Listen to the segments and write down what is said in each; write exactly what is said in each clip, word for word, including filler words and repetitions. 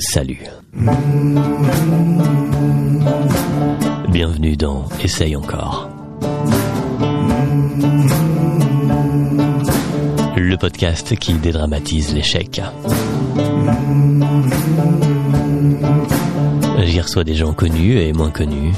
Salut. Bienvenue dans Essaye encore. Le podcast qui dédramatise l'échec. J'y reçois des gens connus et moins connus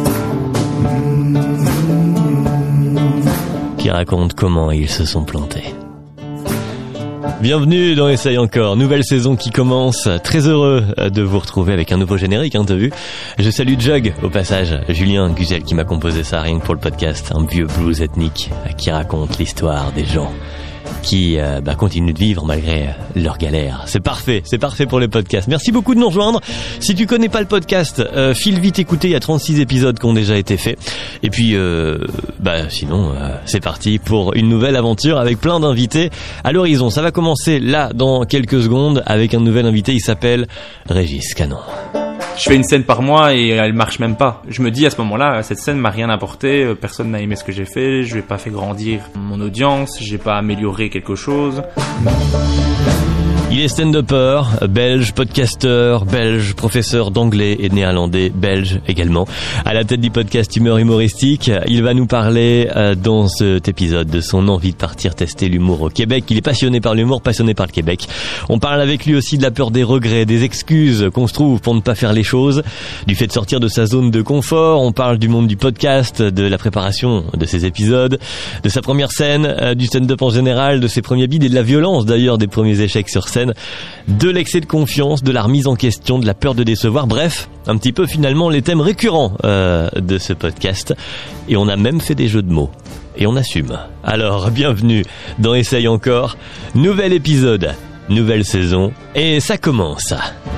qui racontent comment ils se sont plantés. Bienvenue dans Essaye encore, nouvelle saison qui commence. Très heureux de vous retrouver avec un nouveau générique, hein, t'as vu. Je salue Jug, au passage, Julien Guzel qui m'a composé ça rien que pour le podcast, un vieux blues ethnique qui raconte l'histoire des gens qui euh, bah, continuent de vivre malgré leurs galères. C'est parfait, c'est parfait pour les podcasts. Merci beaucoup de nous rejoindre. Si tu connais pas le podcast, euh, file vite écouter, il y a trente-six épisodes qui ont déjà été faits. Et puis, euh, bah sinon, euh, c'est parti pour une nouvelle aventure avec plein d'invités à l'horizon. Ça va commencer là, dans quelques secondes, avec un nouvel invité, il s'appelle Régis Canon. Je fais une scène par mois et elle marche même pas. Je me dis à ce moment-là, cette scène m'a rien apporté, personne n'a aimé ce que j'ai fait, je n'ai pas fait grandir mon audience, j'ai pas amélioré quelque chose. Il est stand-upper, belge, podcasteur, belge, professeur d'anglais et de néerlandais, belge également. À la tête du podcast Humeur humoristique, il va nous parler euh, dans cet épisode de son envie de partir tester l'humour au Québec. Il est passionné par l'humour, passionné par le Québec. On parle avec lui aussi de la peur des regrets, des excuses qu'on se trouve pour ne pas faire les choses, du fait de sortir de sa zone de confort. On parle du monde du podcast, de la préparation de ses épisodes, de sa première scène, euh, du stand-up en général, de ses premiers bides et de la violence d'ailleurs des premiers échecs sur scène, de l'excès de confiance, de la remise en question, de la peur de décevoir, bref, un petit peu finalement les thèmes récurrents euh, de ce podcast. Et on a même fait des jeux de mots. Et on assume. Alors, bienvenue dans Essaye encore, nouvel épisode, nouvelle saison, et ça commence.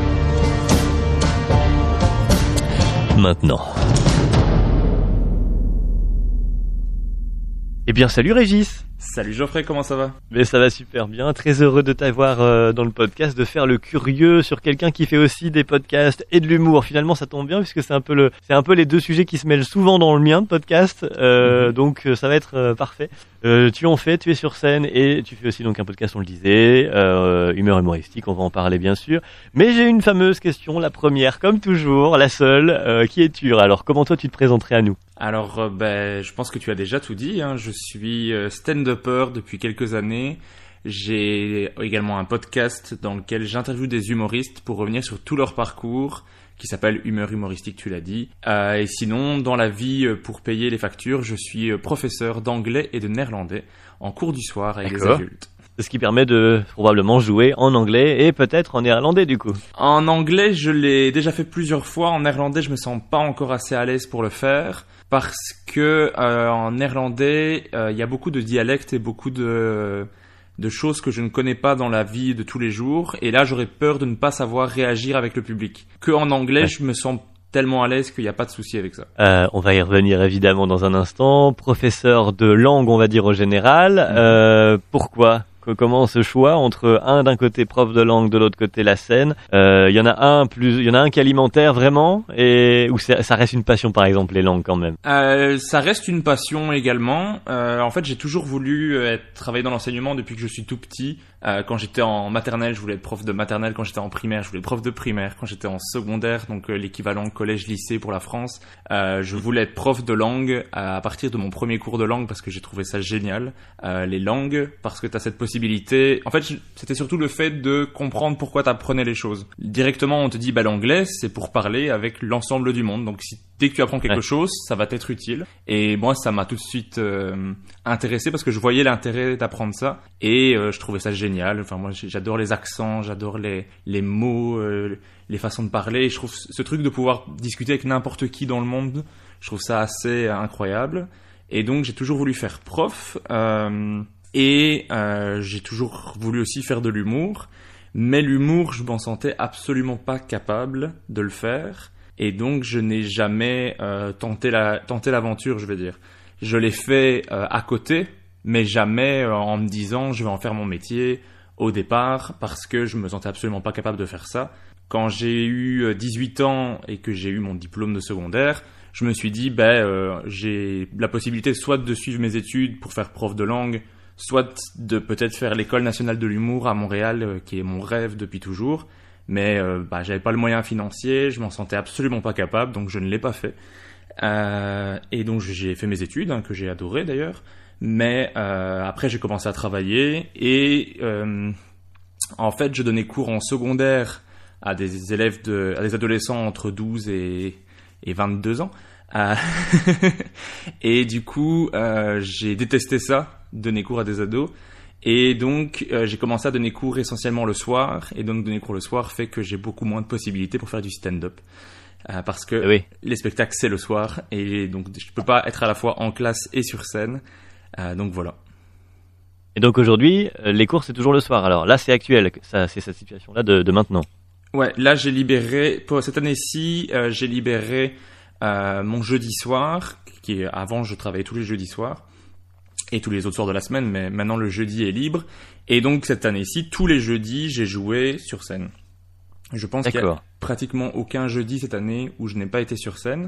Maintenant. Eh bien, salut Régis. Salut Geoffrey, comment ça va ? Mais ça va super bien, très heureux de t'avoir euh, dans le podcast, de faire le curieux sur quelqu'un qui fait aussi des podcasts et de l'humour. Finalement ça tombe bien puisque c'est un peu le, c'est un peu les deux sujets qui se mêlent souvent dans le mien de podcast, euh, mm-hmm. donc ça va être euh, parfait. Euh, tu en fais, tu es sur scène et tu fais aussi donc un podcast, on le disait, euh, humeur humoristique, on va en parler bien sûr. Mais j'ai une fameuse question, la première comme toujours, la seule, euh, qui est dure. Alors comment toi tu te présenterais à nous ? Alors, euh, ben, je pense que tu as déjà tout dit, hein. Je suis euh, stand-upper depuis quelques années. J'ai également un podcast dans lequel j'interviewe des humoristes pour revenir sur tout leur parcours, qui s'appelle Humeur humoristique, tu l'as dit. Euh, et sinon, dans la vie, pour payer les factures, je suis professeur d'anglais et de néerlandais en cours du soir avec D'accord. des adultes. Ce qui permet de probablement jouer en anglais et peut-être en néerlandais du coup. En anglais, je l'ai déjà fait plusieurs fois. En néerlandais, je me sens pas encore assez à l'aise pour le faire parce que euh, en néerlandais, il euh, y a beaucoup de dialectes et beaucoup de de choses que je ne connais pas dans la vie de tous les jours. Et là, j'aurais peur de ne pas savoir réagir avec le public. Que en anglais, ouais. Je me sens tellement à l'aise qu'il n'y a pas de souci avec ça. Euh, on va y revenir évidemment dans un instant. Professeur de langue, on va dire au général. Mmh. Euh, pourquoi ? Comment ce choix entre un d'un côté prof de langue, de l'autre côté la scène, il euh, y en a un plus, il y en a un qui est alimentaire vraiment, et ou ça reste une passion par exemple les langues quand même. Euh, ça reste une passion également. Euh, en fait, j'ai toujours voulu être, travailler dans l'enseignement depuis que je suis tout petit. Euh, quand j'étais en maternelle, je voulais être prof de maternelle. Quand j'étais en primaire, je voulais être prof de primaire. Quand j'étais en secondaire, donc euh, l'équivalent collège-lycée pour la France, euh, je voulais être prof de langue à, à partir de mon premier cours de langue parce que j'ai trouvé ça génial. Euh, les langues, parce que t'as cette possibilité. En fait, c'était surtout le fait de comprendre pourquoi t'apprenais les choses. Directement, on te dit, bah l'anglais, c'est pour parler avec l'ensemble du monde. Donc, si dès que tu apprends quelque ouais. chose, ça va t'être utile. Et moi, ça m'a tout de suite euh, intéressé parce que je voyais l'intérêt d'apprendre ça et euh, je trouvais ça génial. Enfin, moi, j'adore les accents, j'adore les les mots, euh, les façons de parler. Et je trouve ce truc de pouvoir discuter avec n'importe qui dans le monde, je trouve ça assez incroyable. Et donc, j'ai toujours voulu faire prof euh, et euh, j'ai toujours voulu aussi faire de l'humour. Mais l'humour, je m'en sentais absolument pas capable de le faire. Et donc, je n'ai jamais euh, tenté la tenté l'aventure, je vais dire. Je l'ai fait euh, à côté, mais jamais euh, en me disant je vais en faire mon métier au départ, parce que je me sentais absolument pas capable de faire ça. Quand j'ai eu dix-huit ans et que j'ai eu mon diplôme de secondaire, je me suis dit ben euh, j'ai la possibilité soit de suivre mes études pour faire prof de langue, soit de peut-être faire l'école nationale de l'humour à Montréal, euh, qui est mon rêve depuis toujours. mais euh, bah, j'avais pas le moyen financier, je m'en sentais absolument pas capable, donc je ne l'ai pas fait. Euh, et donc j'ai fait mes études, hein, que j'ai adoré d'ailleurs, mais euh, après j'ai commencé à travailler et euh, en fait je donnais cours en secondaire à des élèves, de, à des adolescents entre douze et, et vingt-deux ans. Euh, et du coup, euh, j'ai détesté ça, donner cours à des ados. Et donc, euh, j'ai commencé à donner cours essentiellement le soir. Et donc, donner cours le soir fait que j'ai beaucoup moins de possibilités pour faire du stand-up. Euh, parce que oui. les spectacles, c'est le soir. Et donc, je peux pas être à la fois en classe et sur scène. Euh, donc, voilà. Et donc, aujourd'hui, les cours, c'est toujours le soir. Alors là, c'est actuel. Ça, c'est cette situation-là de, de maintenant. Ouais, là, j'ai libéré... Pour cette année-ci, euh, j'ai libéré... Euh, mon jeudi soir, qui est, avant je travaillais tous les jeudis soirs et tous les autres soirs de la semaine, mais maintenant le jeudi est libre. Et donc cette année-ci, tous les jeudis, j'ai joué sur scène. Je pense D'accord. qu'il y a pratiquement aucun jeudi cette année où je n'ai pas été sur scène.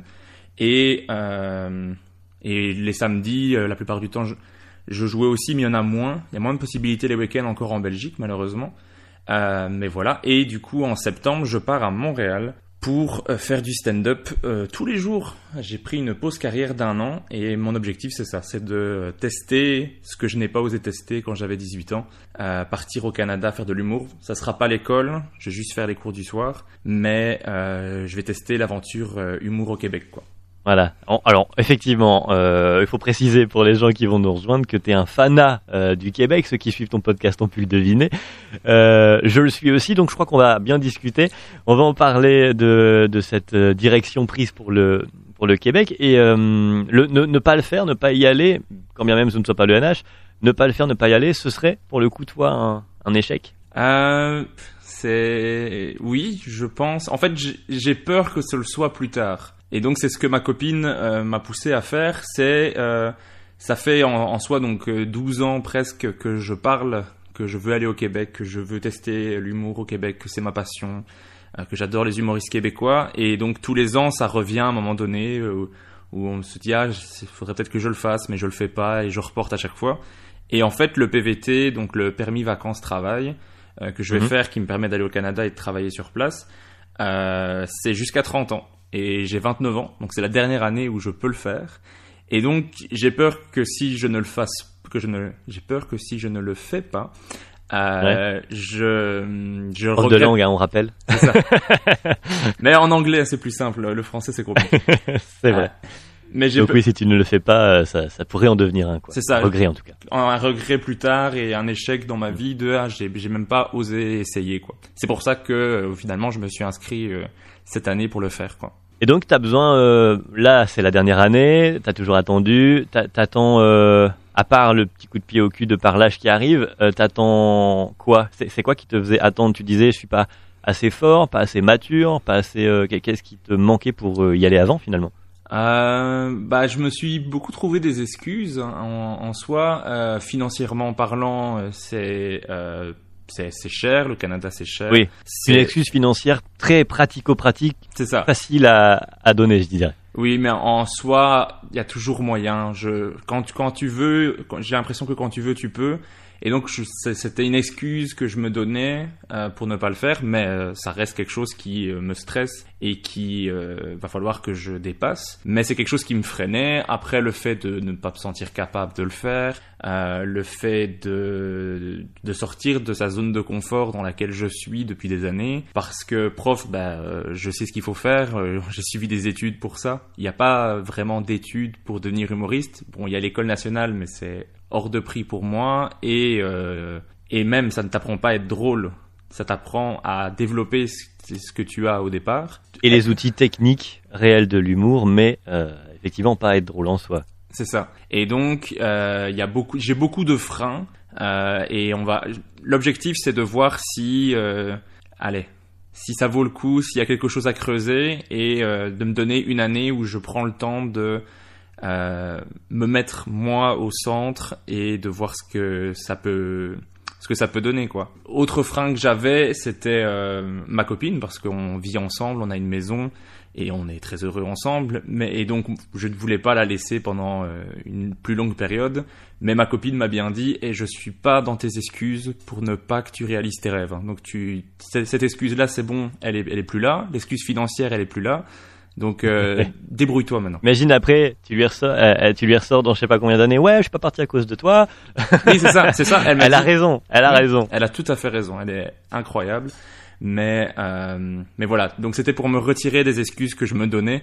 Et, euh, et les samedis, euh, la plupart du temps, je, je jouais aussi, mais il y en a moins. Il y a moins de possibilités les week-ends encore en Belgique, malheureusement. Euh, mais voilà. Et du coup, en septembre, je pars à Montréal pour faire du stand-up euh, tous les jours. J'ai pris une pause carrière d'un an et mon objectif c'est ça, c'est de tester ce que je n'ai pas osé tester quand j'avais dix-huit ans, euh, partir au Canada faire de l'humour. Ça sera pas l'école, je vais juste faire les cours du soir, mais euh, je vais tester l'aventure euh, humour au Québec, quoi. Voilà. Alors, effectivement, euh, il faut préciser pour les gens qui vont nous rejoindre que tu es un fanat euh, du Québec. Ceux qui suivent ton podcast ont pu le deviner. Euh, je le suis aussi, donc je crois qu'on va bien discuter. On va en parler de, de cette direction prise pour le, pour le Québec. Et euh, le, ne, ne pas le faire, ne pas y aller, quand bien même ce ne soit pas le N H, ne pas le faire, ne pas y aller, ce serait pour le coup, toi, un, un échec euh, c'est... Oui, je pense. En fait, j'ai peur que ce le soit plus tard. Et donc c'est ce que ma copine euh, m'a poussé à faire, c'est euh, ça fait en, en soi donc douze ans presque que je parle, que je veux aller au Québec, que je veux tester l'humour au Québec, que c'est ma passion, euh, que j'adore les humoristes québécois, et donc tous les ans ça revient à un moment donné euh, où on se dit ah il faudrait peut-être que je le fasse mais je le fais pas et je reporte à chaque fois. Et en fait le P V T, donc le permis vacances travail euh, que je vais mmh. faire, qui me permet d'aller au Canada et de travailler sur place, euh, c'est jusqu'à trente ans. Et j'ai vingt-neuf ans, donc c'est la dernière année où je peux le faire. Et donc j'ai peur que si je ne le fasse, que je ne, j'ai peur que si je ne le fais pas, euh, ouais. je, je Prof regrette. De langue, hein, on rappelle. C'est ça. Mais en anglais c'est plus simple, le français c'est compliqué. C'est vrai. Euh, mais j'ai donc peur... oui, si tu ne le fais pas, ça, ça pourrait en devenir un, quoi. C'est ça. Un regret en tout cas. Un regret plus tard et un échec dans ma vie de ah j'ai, j'ai même pas osé essayer, quoi. C'est pour ça que euh, finalement je me suis inscrit euh, cette année pour le faire, quoi. Et donc, tu as besoin, euh, là, c'est la dernière année, tu as toujours attendu, t'attends, euh, à part le petit coup de pied au cul de par l'âge qui arrive, euh, t'attends quoi? C'est, c'est quoi qui te faisait attendre? Tu disais, je suis pas assez fort, pas assez mature, pas assez, euh, qu'est-ce qui te manquait pour euh, y aller avant, finalement? Euh, bah, je me suis beaucoup trouvé des excuses en, en soi. Euh, financièrement parlant, c'est... Euh, C'est, c'est cher, le Canada c'est cher. Oui, c'est une excuse financière très pratico-pratique, c'est ça. Facile à, à donner, je dirais. Oui, mais en soi, il y a toujours moyen. Je, quand, tu, quand tu veux, quand, j'ai l'impression que quand tu veux, tu peux. Et donc, je, c'était une excuse que je me donnais euh, pour ne pas le faire, mais euh, ça reste quelque chose qui euh, me stresse et qui euh, va falloir que je dépasse. Mais c'est quelque chose qui me freinait. Après, le fait de ne pas me sentir capable de le faire, euh, le fait de, de sortir de sa zone de confort dans laquelle je suis depuis des années, parce que prof, bah, euh, je sais ce qu'il faut faire, euh, j'ai suivi des études pour ça. Il n'y a pas vraiment d'études pour devenir humoriste. Bon, il y a l'école nationale, mais c'est hors de prix pour moi, et euh, et même ça ne t'apprend pas à être drôle, ça t'apprend à développer ce, ce que tu as au départ et les outils techniques réels de l'humour, mais euh, effectivement pas à être drôle en soi. C'est ça. Et donc il euh, y a beaucoup, j'ai beaucoup de freins euh, et on va. L'objectif c'est de voir si euh, allez. si ça vaut le coup, s'il y a quelque chose à creuser, et euh, de me donner une année où je prends le temps de Euh, me mettre moi au centre et de voir ce que ça peut ce que ça peut donner, quoi. Autre frein que j'avais, c'était euh, ma copine, parce qu'on vit ensemble, on a une maison et on est très heureux ensemble. Mais et donc je ne voulais pas la laisser pendant euh, une plus longue période. Mais ma copine m'a bien dit, et je suis pas dans tes excuses pour ne pas que tu réalises tes rêves. Donc tu, cette excuse-là, c'est bon, elle est, elle est plus là. L'excuse financière, elle est plus là. Donc euh, débrouille-toi maintenant. Imagine après, tu lui ressors, euh, tu lui ressors dans je sais pas combien d'années. Ouais, je suis pas parti à cause de toi. Oui, c'est ça, c'est ça. Elle, elle dit, a raison, elle a oui, raison. Elle a tout à fait raison. Elle est incroyable. Mais euh, mais voilà. Donc c'était pour me retirer des excuses que je me donnais.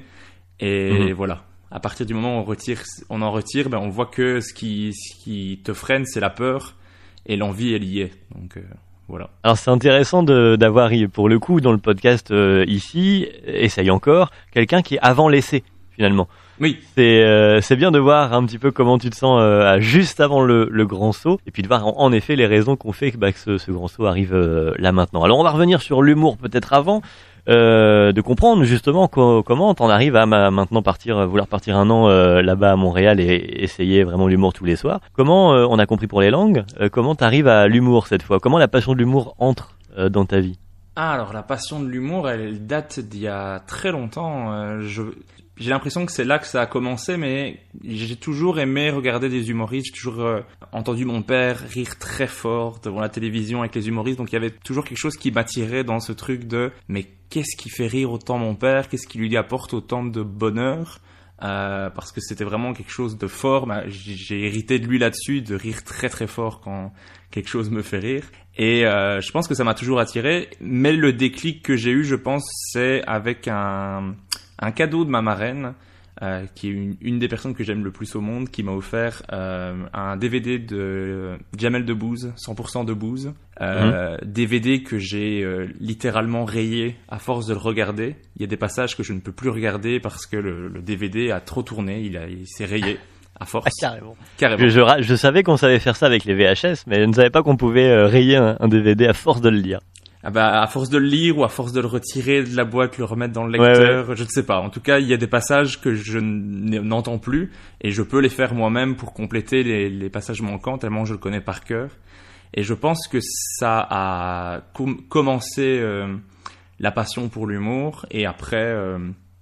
Et mmh. voilà. À partir du moment où on retire, on en retire, ben on voit que ce qui ce qui te freine, c'est la peur et l'envie, elle y est. Donc euh, voilà. Alors c'est intéressant de, d'avoir pour le coup dans le podcast euh, ici, essaye encore, quelqu'un qui est avant l'essai finalement. Oui. C'est euh, c'est bien de voir un petit peu comment tu te sens euh, juste avant le, le grand saut et puis de voir en, en effet les raisons qu'on fait que, bah, que ce, ce grand saut arrive euh, là maintenant. Alors on va revenir sur l'humour peut-être avant. Euh, de comprendre justement co- comment t'en arrives à ma- maintenant partir, vouloir partir un an euh, là-bas à Montréal et, et essayer vraiment l'humour tous les soirs. Comment, euh, on a compris pour les langues, euh, comment t'arrives à l'humour cette fois? Comment la passion de l'humour entre euh, dans ta vie? Ah, alors la passion de l'humour, elle date d'il y a très longtemps. Euh, je, j'ai l'impression que c'est là que ça a commencé, mais j'ai toujours aimé regarder des humoristes. J'ai toujours euh, entendu mon père rire très fort devant la télévision avec les humoristes. Donc il y avait toujours quelque chose qui m'attirait dans ce truc de « mais qu'est-ce qui fait rire autant mon père? Qu'est-ce qui lui apporte autant de bonheur ?» Euh, parce que c'était vraiment quelque chose de fort. Bah, j'ai hérité de lui là-dessus, de rire très très fort quand quelque chose me fait rire. Et euh, je pense que ça m'a toujours attiré. Mais le déclic que j'ai eu, je pense, c'est avec un, un cadeau de ma marraine, euh, qui est une, une des personnes que j'aime le plus au monde, qui m'a offert euh, un D V D de Jamel Debbouze, cent pour cent Debbouze. Euh, mmh. D V D que j'ai euh, littéralement rayé à force de le regarder. Il y a des passages que je ne peux plus regarder parce que le, le D V D a trop tourné, il, a, il s'est rayé à force. Ah, carrément. Carrément. Je, je, je savais qu'on savait faire ça avec les V H S, mais je ne savais pas qu'on pouvait euh, rayer un, un D V D à force de le lire. Ah bah, à force de le lire ou à force de le retirer de la boîte, le remettre dans le lecteur, ouais, ouais. Je ne sais pas. En tout cas, il y a des passages que je n'entends plus et je peux les faire moi-même pour compléter les, les passages manquants tellement je le connais par cœur. Et je pense que ça a com- commencé euh, la passion pour l'humour et après, euh,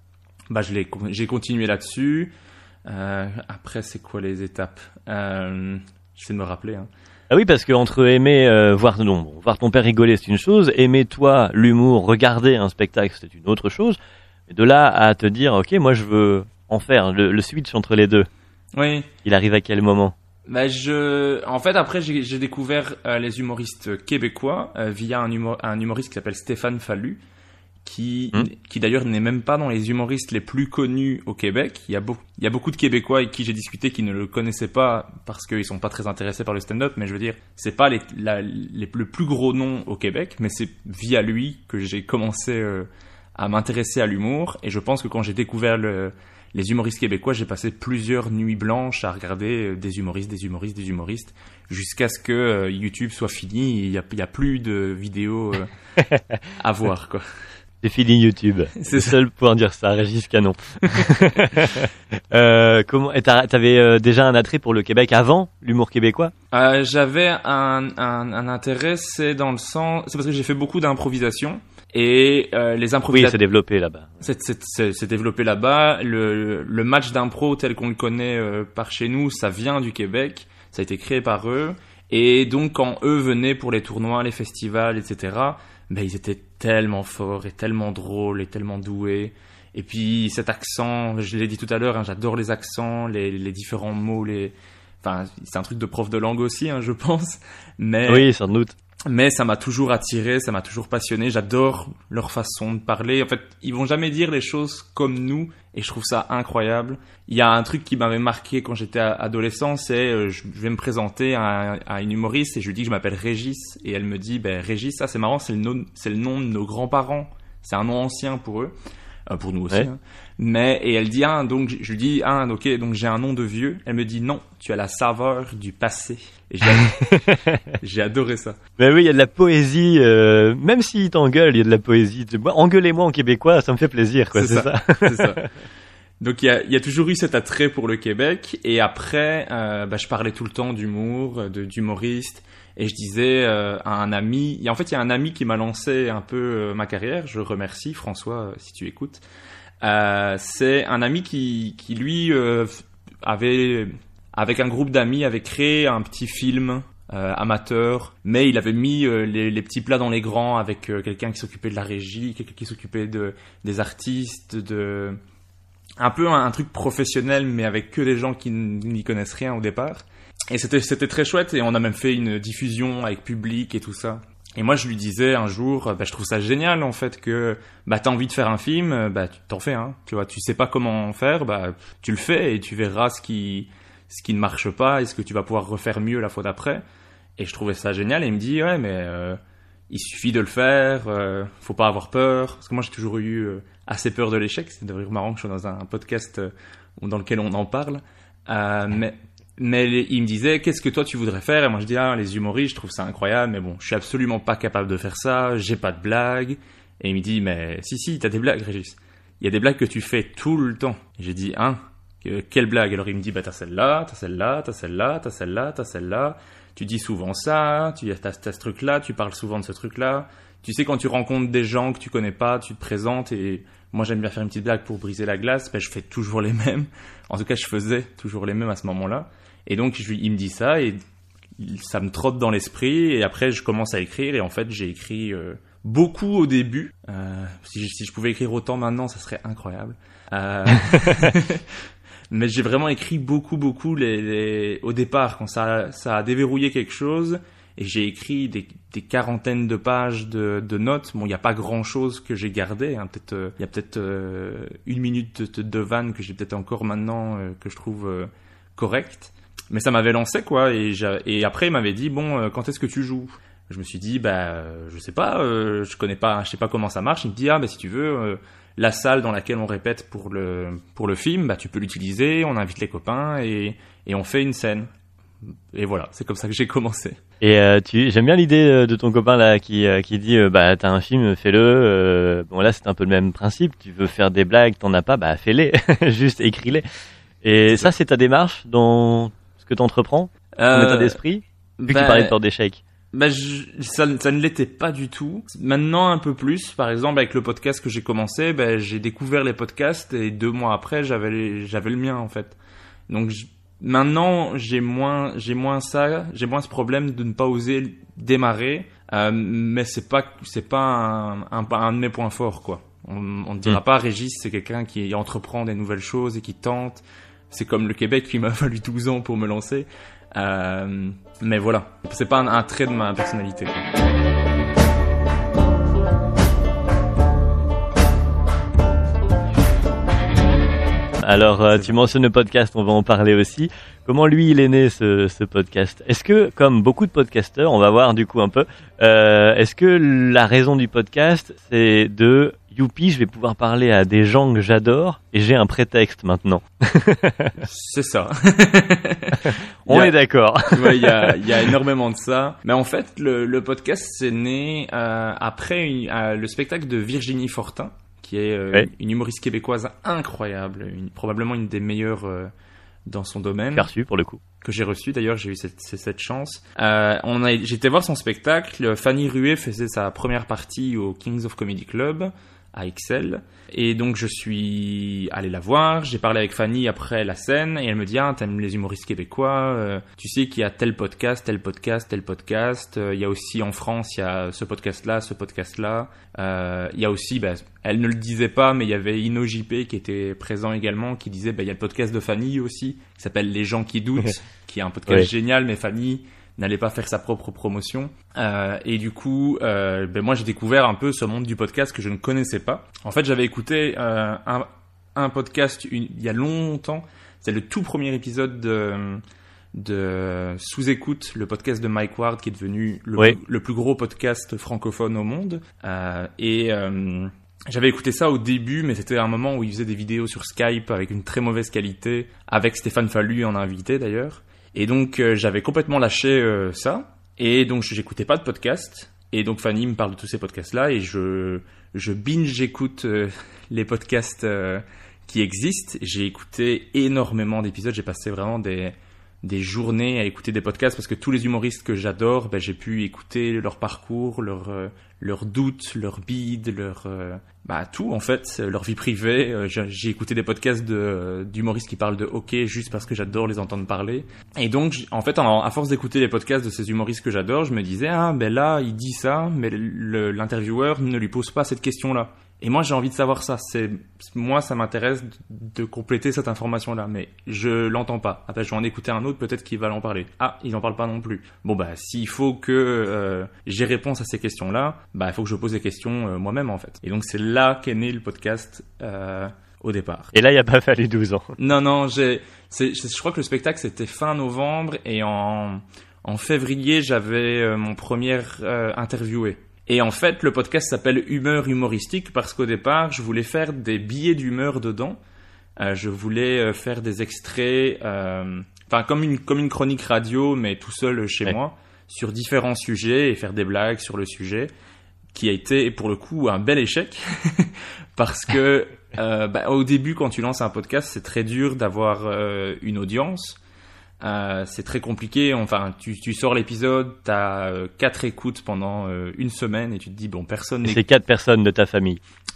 bah je l'ai, j'ai continué là-dessus. Euh, après, c'est quoi les étapes? euh, J'essaie de me rappeler. Hein. Ah oui, parce que entre aimer euh, voir non, bon, voir ton père rigoler, c'est une chose. Aimer toi l'humour, regarder un spectacle, c'est une autre chose. Et de là à te dire, ok, moi je veux en faire le, le switch entre les deux. Oui. Il arrive à quel moment? Bah je, en fait après j'ai, j'ai découvert euh, les humoristes québécois euh, via un, humor, un humoriste qui s'appelle Stéphane Fallu, qui, mmh. qui d'ailleurs n'est même pas dans les humoristes les plus connus au Québec. Il y a beaucoup, il y a beaucoup de Québécois avec qui j'ai discuté qui ne le connaissaient pas parce qu'ils sont pas très intéressés par le stand-up. Mais je veux dire, c'est pas les, la, les le plus gros nom au Québec, mais c'est via lui que j'ai commencé euh, à m'intéresser à l'humour. Et je pense que quand j'ai découvert le les humoristes québécois, j'ai passé plusieurs nuits blanches à regarder des humoristes, des humoristes, des humoristes, jusqu'à ce que euh, YouTube soit fini. Il y a, il y a plus de vidéos euh, à voir, quoi. C'est fini YouTube. C'est le seul pour dire ça, Régis Canon. euh, comment, et t'avais euh, déjà un attrait pour le Québec avant l'humour québécois? euh, J'avais un, un, un intérêt, c'est dans le sens, c'est parce que j'ai fait beaucoup d'improvisation. Et euh, les improvisations. Oui, c'est développé là-bas. C'est, c'est, c'est, c'est développé là-bas. Le, le match d'impro tel qu'on le connaît euh, par chez nous, ça vient du Québec. Ça a été créé par eux. Et donc, quand eux venaient pour les tournois, les festivals, et cetera, ben ils étaient tellement forts et tellement drôles et tellement doués. Et puis cet accent, je l'ai dit tout à l'heure, hein, j'adore les accents, les, les différents mots, les. Enfin, c'est un truc de prof de langue aussi, hein, je pense. Mais. Oui, sans doute. Mais ça m'a toujours attiré, ça m'a toujours passionné. J'adore leur façon de parler. En fait, ils vont jamais dire les choses comme nous, et je trouve ça incroyable. Il y a un truc qui m'avait marqué quand j'étais adolescent, c'est euh, je vais me présenter à, à une humoriste et je lui dis que je m'appelle Régis, et elle me dit, ben Régis, ça c'est marrant, c'est le nom, c'est le nom de nos grands-parents. C'est un nom ancien pour eux, euh, pour nous aussi. Ouais. Hein. Mais et elle dit ah donc je lui dis ah ok donc j'ai un nom de vieux. Elle me dit non, tu as la saveur du passé. Et j'ai, adoré, j'ai adoré ça. Mais oui, il y a de la poésie. Euh, même s'il t'engueule, il y a de la poésie. Engueulez-moi en québécois, ça me fait plaisir quoi. C'est, c'est ça. ça. C'est ça. Donc il y a, il y a toujours eu cet attrait pour le Québec. Et après, euh, bah, je parlais tout le temps d'humour, de, d'humoriste. Et je disais euh, à un ami... Et en fait, il y a un ami qui m'a lancé un peu euh, ma carrière. Je remercie, François, si tu écoutes. Euh, c'est un ami qui, qui lui, euh, avait, avec un groupe d'amis, avait créé un petit film euh, amateur. Mais il avait mis euh, les, les petits plats dans les grands avec euh, quelqu'un qui s'occupait de la régie, quelqu'un qui s'occupait de, des artistes, de... un peu un, un truc professionnel, mais avec que des gens qui n'y connaissent rien au départ. Et c'était, c'était très chouette, et on a même fait une diffusion avec public et tout ça. Et moi, je lui disais un jour, bah, je trouve ça génial, en fait, que, bah, t'as envie de faire un film, bah, tu t'en fais, hein. Tu vois, tu sais pas comment faire, bah, tu le fais, et tu verras ce qui, ce qui ne marche pas, et ce que tu vas pouvoir refaire mieux la fois d'après. Et je trouvais ça génial, et il me dit, ouais, mais, euh, il suffit de le faire, euh, faut pas avoir peur. Parce que moi, j'ai toujours eu euh, assez peur de l'échec. C'est d'ailleurs marrant que je sois dans un podcast euh, dans lequel on en parle. Euh, mais, mais il me disait, qu'est-ce que toi tu voudrais faire? Et moi je dis, ah, les humoristes, je trouve ça incroyable, mais bon, je suis absolument pas capable de faire ça, j'ai pas de blagues. Et il me dit, mais si, si, t'as des blagues, Régis. Il y a des blagues que tu fais tout le temps. Et j'ai dit, hein, que, quelle blague? Alors il me dit, bah t'as celle-là, t'as celle-là, t'as celle-là, t'as celle-là, t'as celle-là. Tu dis souvent ça, tu as, t'as ce truc-là, tu parles souvent de ce truc-là. Tu sais, quand tu rencontres des gens que tu connais pas, tu te présentes, et moi j'aime bien faire une petite blague pour briser la glace, ben je fais toujours les mêmes. En tout cas, je faisais toujours les mêmes à ce moment-là. Et donc, je, il me dit ça, et ça me trotte dans l'esprit, et après, je commence à écrire, et en fait, j'ai écrit euh, beaucoup au début. Euh, si, je, si je pouvais écrire autant maintenant, ça serait incroyable. Euh... Mais j'ai vraiment écrit beaucoup, beaucoup les, les... au départ, quand ça, ça a déverrouillé quelque chose, et j'ai écrit des, des quarantaines de pages de, de notes. Bon, il n'y a pas grand-chose que j'ai gardé, hein. Peut-être, euh, il y a peut-être euh, une minute de, de vanne que j'ai peut-être encore maintenant, euh, que je trouve euh, correcte. Mais ça m'avait lancé, quoi, et, et après il m'avait dit, bon, euh, quand est-ce que tu joues? Je me suis dit, bah, euh, je sais pas, euh, je connais pas, je sais pas comment ça marche. Il me dit, ah, bah, si tu veux, euh, la salle dans laquelle on répète pour le, pour le film, bah, tu peux l'utiliser, on invite les copains, et, et on fait une scène. Et voilà, c'est comme ça que j'ai commencé. Et euh, tu, j'aime bien l'idée de ton copain là qui euh, qui dit euh, bah t'as un film, fais-le. Euh, bon là c'est un peu le même principe. Tu veux faire des blagues, t'en as pas, bah fais-les, juste écris-les. Et ça, c'est ta démarche dans ce que t'entreprends, ton euh, état d'esprit. Vu bah, que tu parlais de peur d'échec. Bah je, ça, ça ne l'était pas du tout. Maintenant un peu plus. Par exemple avec le podcast que j'ai commencé, bah, j'ai découvert les podcasts, et deux mois après j'avais les, j'avais le mien en fait. Donc je, maintenant, j'ai moins, j'ai moins ça, j'ai moins ce problème de ne pas oser démarrer, euh, mais c'est pas, c'est pas un, un, un de mes points forts, quoi. On, on ne dira mmh. pas, Régis, c'est quelqu'un qui entreprend des nouvelles choses et qui tente. C'est comme le Québec, qui m'a fallu douze ans pour me lancer. Euh, mais voilà, c'est pas un, un trait de ma personnalité, quoi. Alors, euh, tu mentionnes le podcast, on va en parler aussi. Comment lui, il est né, ce, ce podcast? Est-ce que, comme beaucoup de podcasteurs, on va voir du coup un peu, euh, est-ce que la raison du podcast, c'est de « youpi, je vais pouvoir parler à des gens que j'adore et j'ai un prétexte maintenant ». C'est ça. On a, est d'accord. Ouais, il y a, il y a énormément de ça. Mais en fait, le, le podcast, c'est né euh, après une, euh, le spectacle de Virginie Fortin, qui est euh, ouais. une humoriste québécoise incroyable, une, probablement une des meilleures euh, dans son domaine. J'ai reçu pour le coup. Que j'ai reçu d'ailleurs, j'ai eu cette, cette chance. Euh, on a, j'étais voir son spectacle. Fanny Ruet faisait sa première partie au Kings of Comedy Club à Ixelles. Et donc je suis allé la voir, j'ai parlé avec Fanny après la scène, et elle me dit « Ah, t'aimes les humoristes québécois, euh, tu sais qu'il y a tel podcast, tel podcast, tel podcast, euh, il y a aussi en France, il y a ce podcast-là, ce podcast-là, euh, il y a aussi, bah, elle ne le disait pas, mais il y avait Ino J P qui était présent également, qui disait bah, il y a le podcast de Fanny aussi, qui s'appelle Les gens qui doutent, qui est un podcast ouais. génial, mais Fanny n'allait pas faire sa propre promotion. Euh, et du coup, euh, ben moi j'ai découvert un peu ce monde du podcast que je ne connaissais pas. En fait, j'avais écouté euh, un, un podcast une, il y a longtemps. C'est le tout premier épisode de, de Sous-écoute, le podcast de Mike Ward, qui est devenu le, oui. le plus gros podcast francophone au monde. Euh, et euh, j'avais écouté ça au début, mais c'était un moment où il faisait des vidéos sur Skype avec une très mauvaise qualité, avec Stéphane Fallu en invité d'ailleurs. Et donc, euh, j'avais complètement lâché euh, ça. Et donc, j'écoutais pas de podcast. Et donc, Fanny me parle de tous ces podcasts-là. Et je, je binge, j'écoute euh, les podcasts euh, qui existent. J'ai écouté énormément d'épisodes. J'ai passé vraiment des des journées à écouter des podcasts parce que tous les humoristes que j'adore, ben, j'ai pu écouter leur parcours, leurs euh, leurs doutes, leurs bides, leur euh, bah tout en fait, leur vie privée. Euh, j'ai, j'ai écouté des podcasts de euh, d'humoristes qui parlent de hockey juste parce que j'adore les entendre parler. Et donc en fait, en, à force d'écouter les podcasts de ces humoristes que j'adore, je me disais ah ben là il dit ça, mais le, l'intervieweur ne lui pose pas cette question-là. Et moi, j'ai envie de savoir ça. C'est, moi, ça m'intéresse de, de compléter cette information-là, mais je l'entends pas. Après, je vais en écouter un autre, peut-être qu'il va en parler. Ah, il en parle pas non plus. Bon, bah, s'il faut que euh, j'ai réponse à ces questions-là, bah, il faut que je pose des questions euh, moi-même, en fait. Et donc, c'est là qu'est né le podcast euh, au départ. Et là, il n'y a pas fallu douze ans. Non, non, j'ai, c'est, je crois que le spectacle, c'était fin novembre, et en, en février, j'avais euh, mon premier euh, interviewé. Et en fait, le podcast s'appelle Humeur humoristique parce qu'au départ, je voulais faire des billets d'humeur dedans. Euh, je voulais euh, faire des extraits, euh, enfin comme une comme une chronique radio, mais tout seul chez ouais. moi, sur différents sujets et faire des blagues sur le sujet, qui a été pour le coup un bel échec parce que euh, bah, au début, quand tu lances un podcast, c'est très dur d'avoir euh, une audience. Euh, c'est très compliqué. Enfin, tu, tu sors l'épisode, t'as euh, quatre écoutes pendant euh, une semaine et tu te dis bon, personne. C'est quatre personnes de ta famille.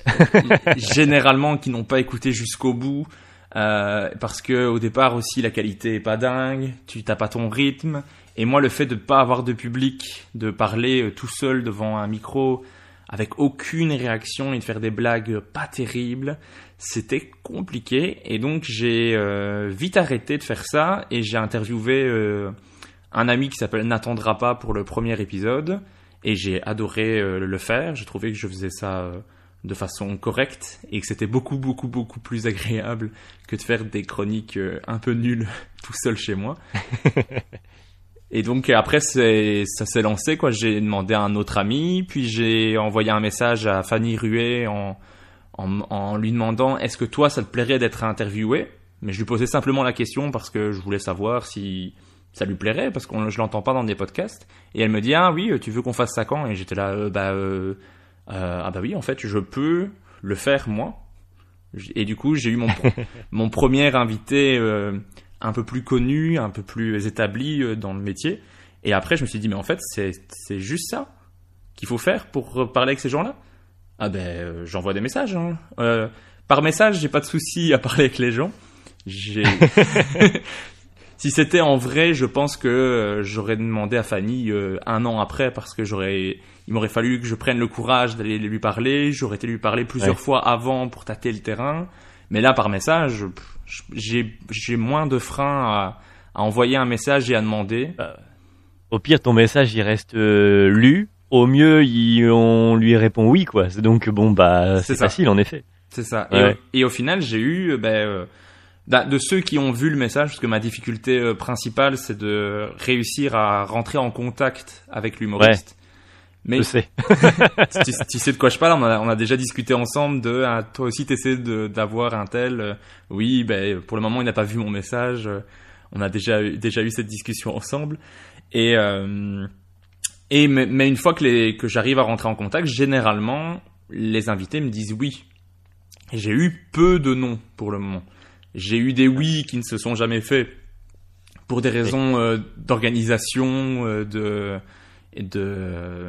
Généralement, qui n'ont pas écouté jusqu'au bout, euh, parce que au départ aussi la qualité est pas dingue. Tu t'as pas ton rythme. Et moi, le fait de pas avoir de public, de parler euh, tout seul devant un micro, avec aucune réaction et de faire des blagues pas terribles, c'était compliqué. Et donc j'ai euh, vite arrêté de faire ça et j'ai interviewé euh, un ami qui s'appelle N'attendra pas pour le premier épisode et j'ai adoré euh, le faire. J'ai trouvé que je faisais ça euh, de façon correcte et que c'était beaucoup beaucoup beaucoup plus agréable que de faire des chroniques euh, un peu nulles tout seul chez moi. Et donc après c'est, ça s'est lancé quoi. J'ai demandé à un autre ami, puis j'ai envoyé un message à Fanny Ruet en, en, en lui demandant est-ce que toi ça te plairait d'être interviewé. Mais je lui posais simplement la question parce que je voulais savoir si ça lui plairait parce que je l'entends pas dans des podcasts. Et elle me dit ah oui tu veux qu'on fasse ça quand? Et j'étais là euh, bah euh, euh, ah bah oui en fait je peux le faire moi. Et du coup j'ai eu mon mon premier invité. Euh, un peu plus connu, un peu plus établi dans le métier. Et après, je me suis dit, mais en fait, c'est, c'est juste ça qu'il faut faire pour parler avec ces gens-là. Ah ben, euh, j'envoie des messages. Hein. Euh, par message, j'ai pas de souci à parler avec les gens. J'ai... Si c'était en vrai, je pense que euh, j'aurais demandé à Fanny euh, un an après, parce que j'aurais, il m'aurait fallu que je prenne le courage d'aller lui parler. J'aurais été lui parler plusieurs ouais. fois avant pour tâter le terrain. Mais là, par message, j'ai, j'ai moins de frein à, à envoyer un message et à demander. Euh, au pire, ton message, il reste euh, lu. Au mieux, il, on lui répond oui, quoi. C'est donc, bon, bah, c'est, c'est facile, en effet. C'est ça. Ouais. Et, au, et au final, j'ai eu, ben, euh, de ceux qui ont vu le message, parce que ma difficulté euh, principale, c'est de réussir à rentrer en contact avec l'humoriste. Ouais. Mais je sais. tu, tu sais de quoi je parle, on a, on a déjà discuté ensemble de ah, toi aussi t'essaies de d'avoir un tel euh, oui ben pour le moment il n'a pas vu mon message, euh, on a déjà eu, déjà eu cette discussion ensemble et euh, et mais, mais une fois que les que j'arrive à rentrer en contact, généralement les invités me disent oui. Et j'ai eu peu de non pour le moment. J'ai eu des oui qui ne se sont jamais faits pour des raisons euh, d'organisation, euh, de et de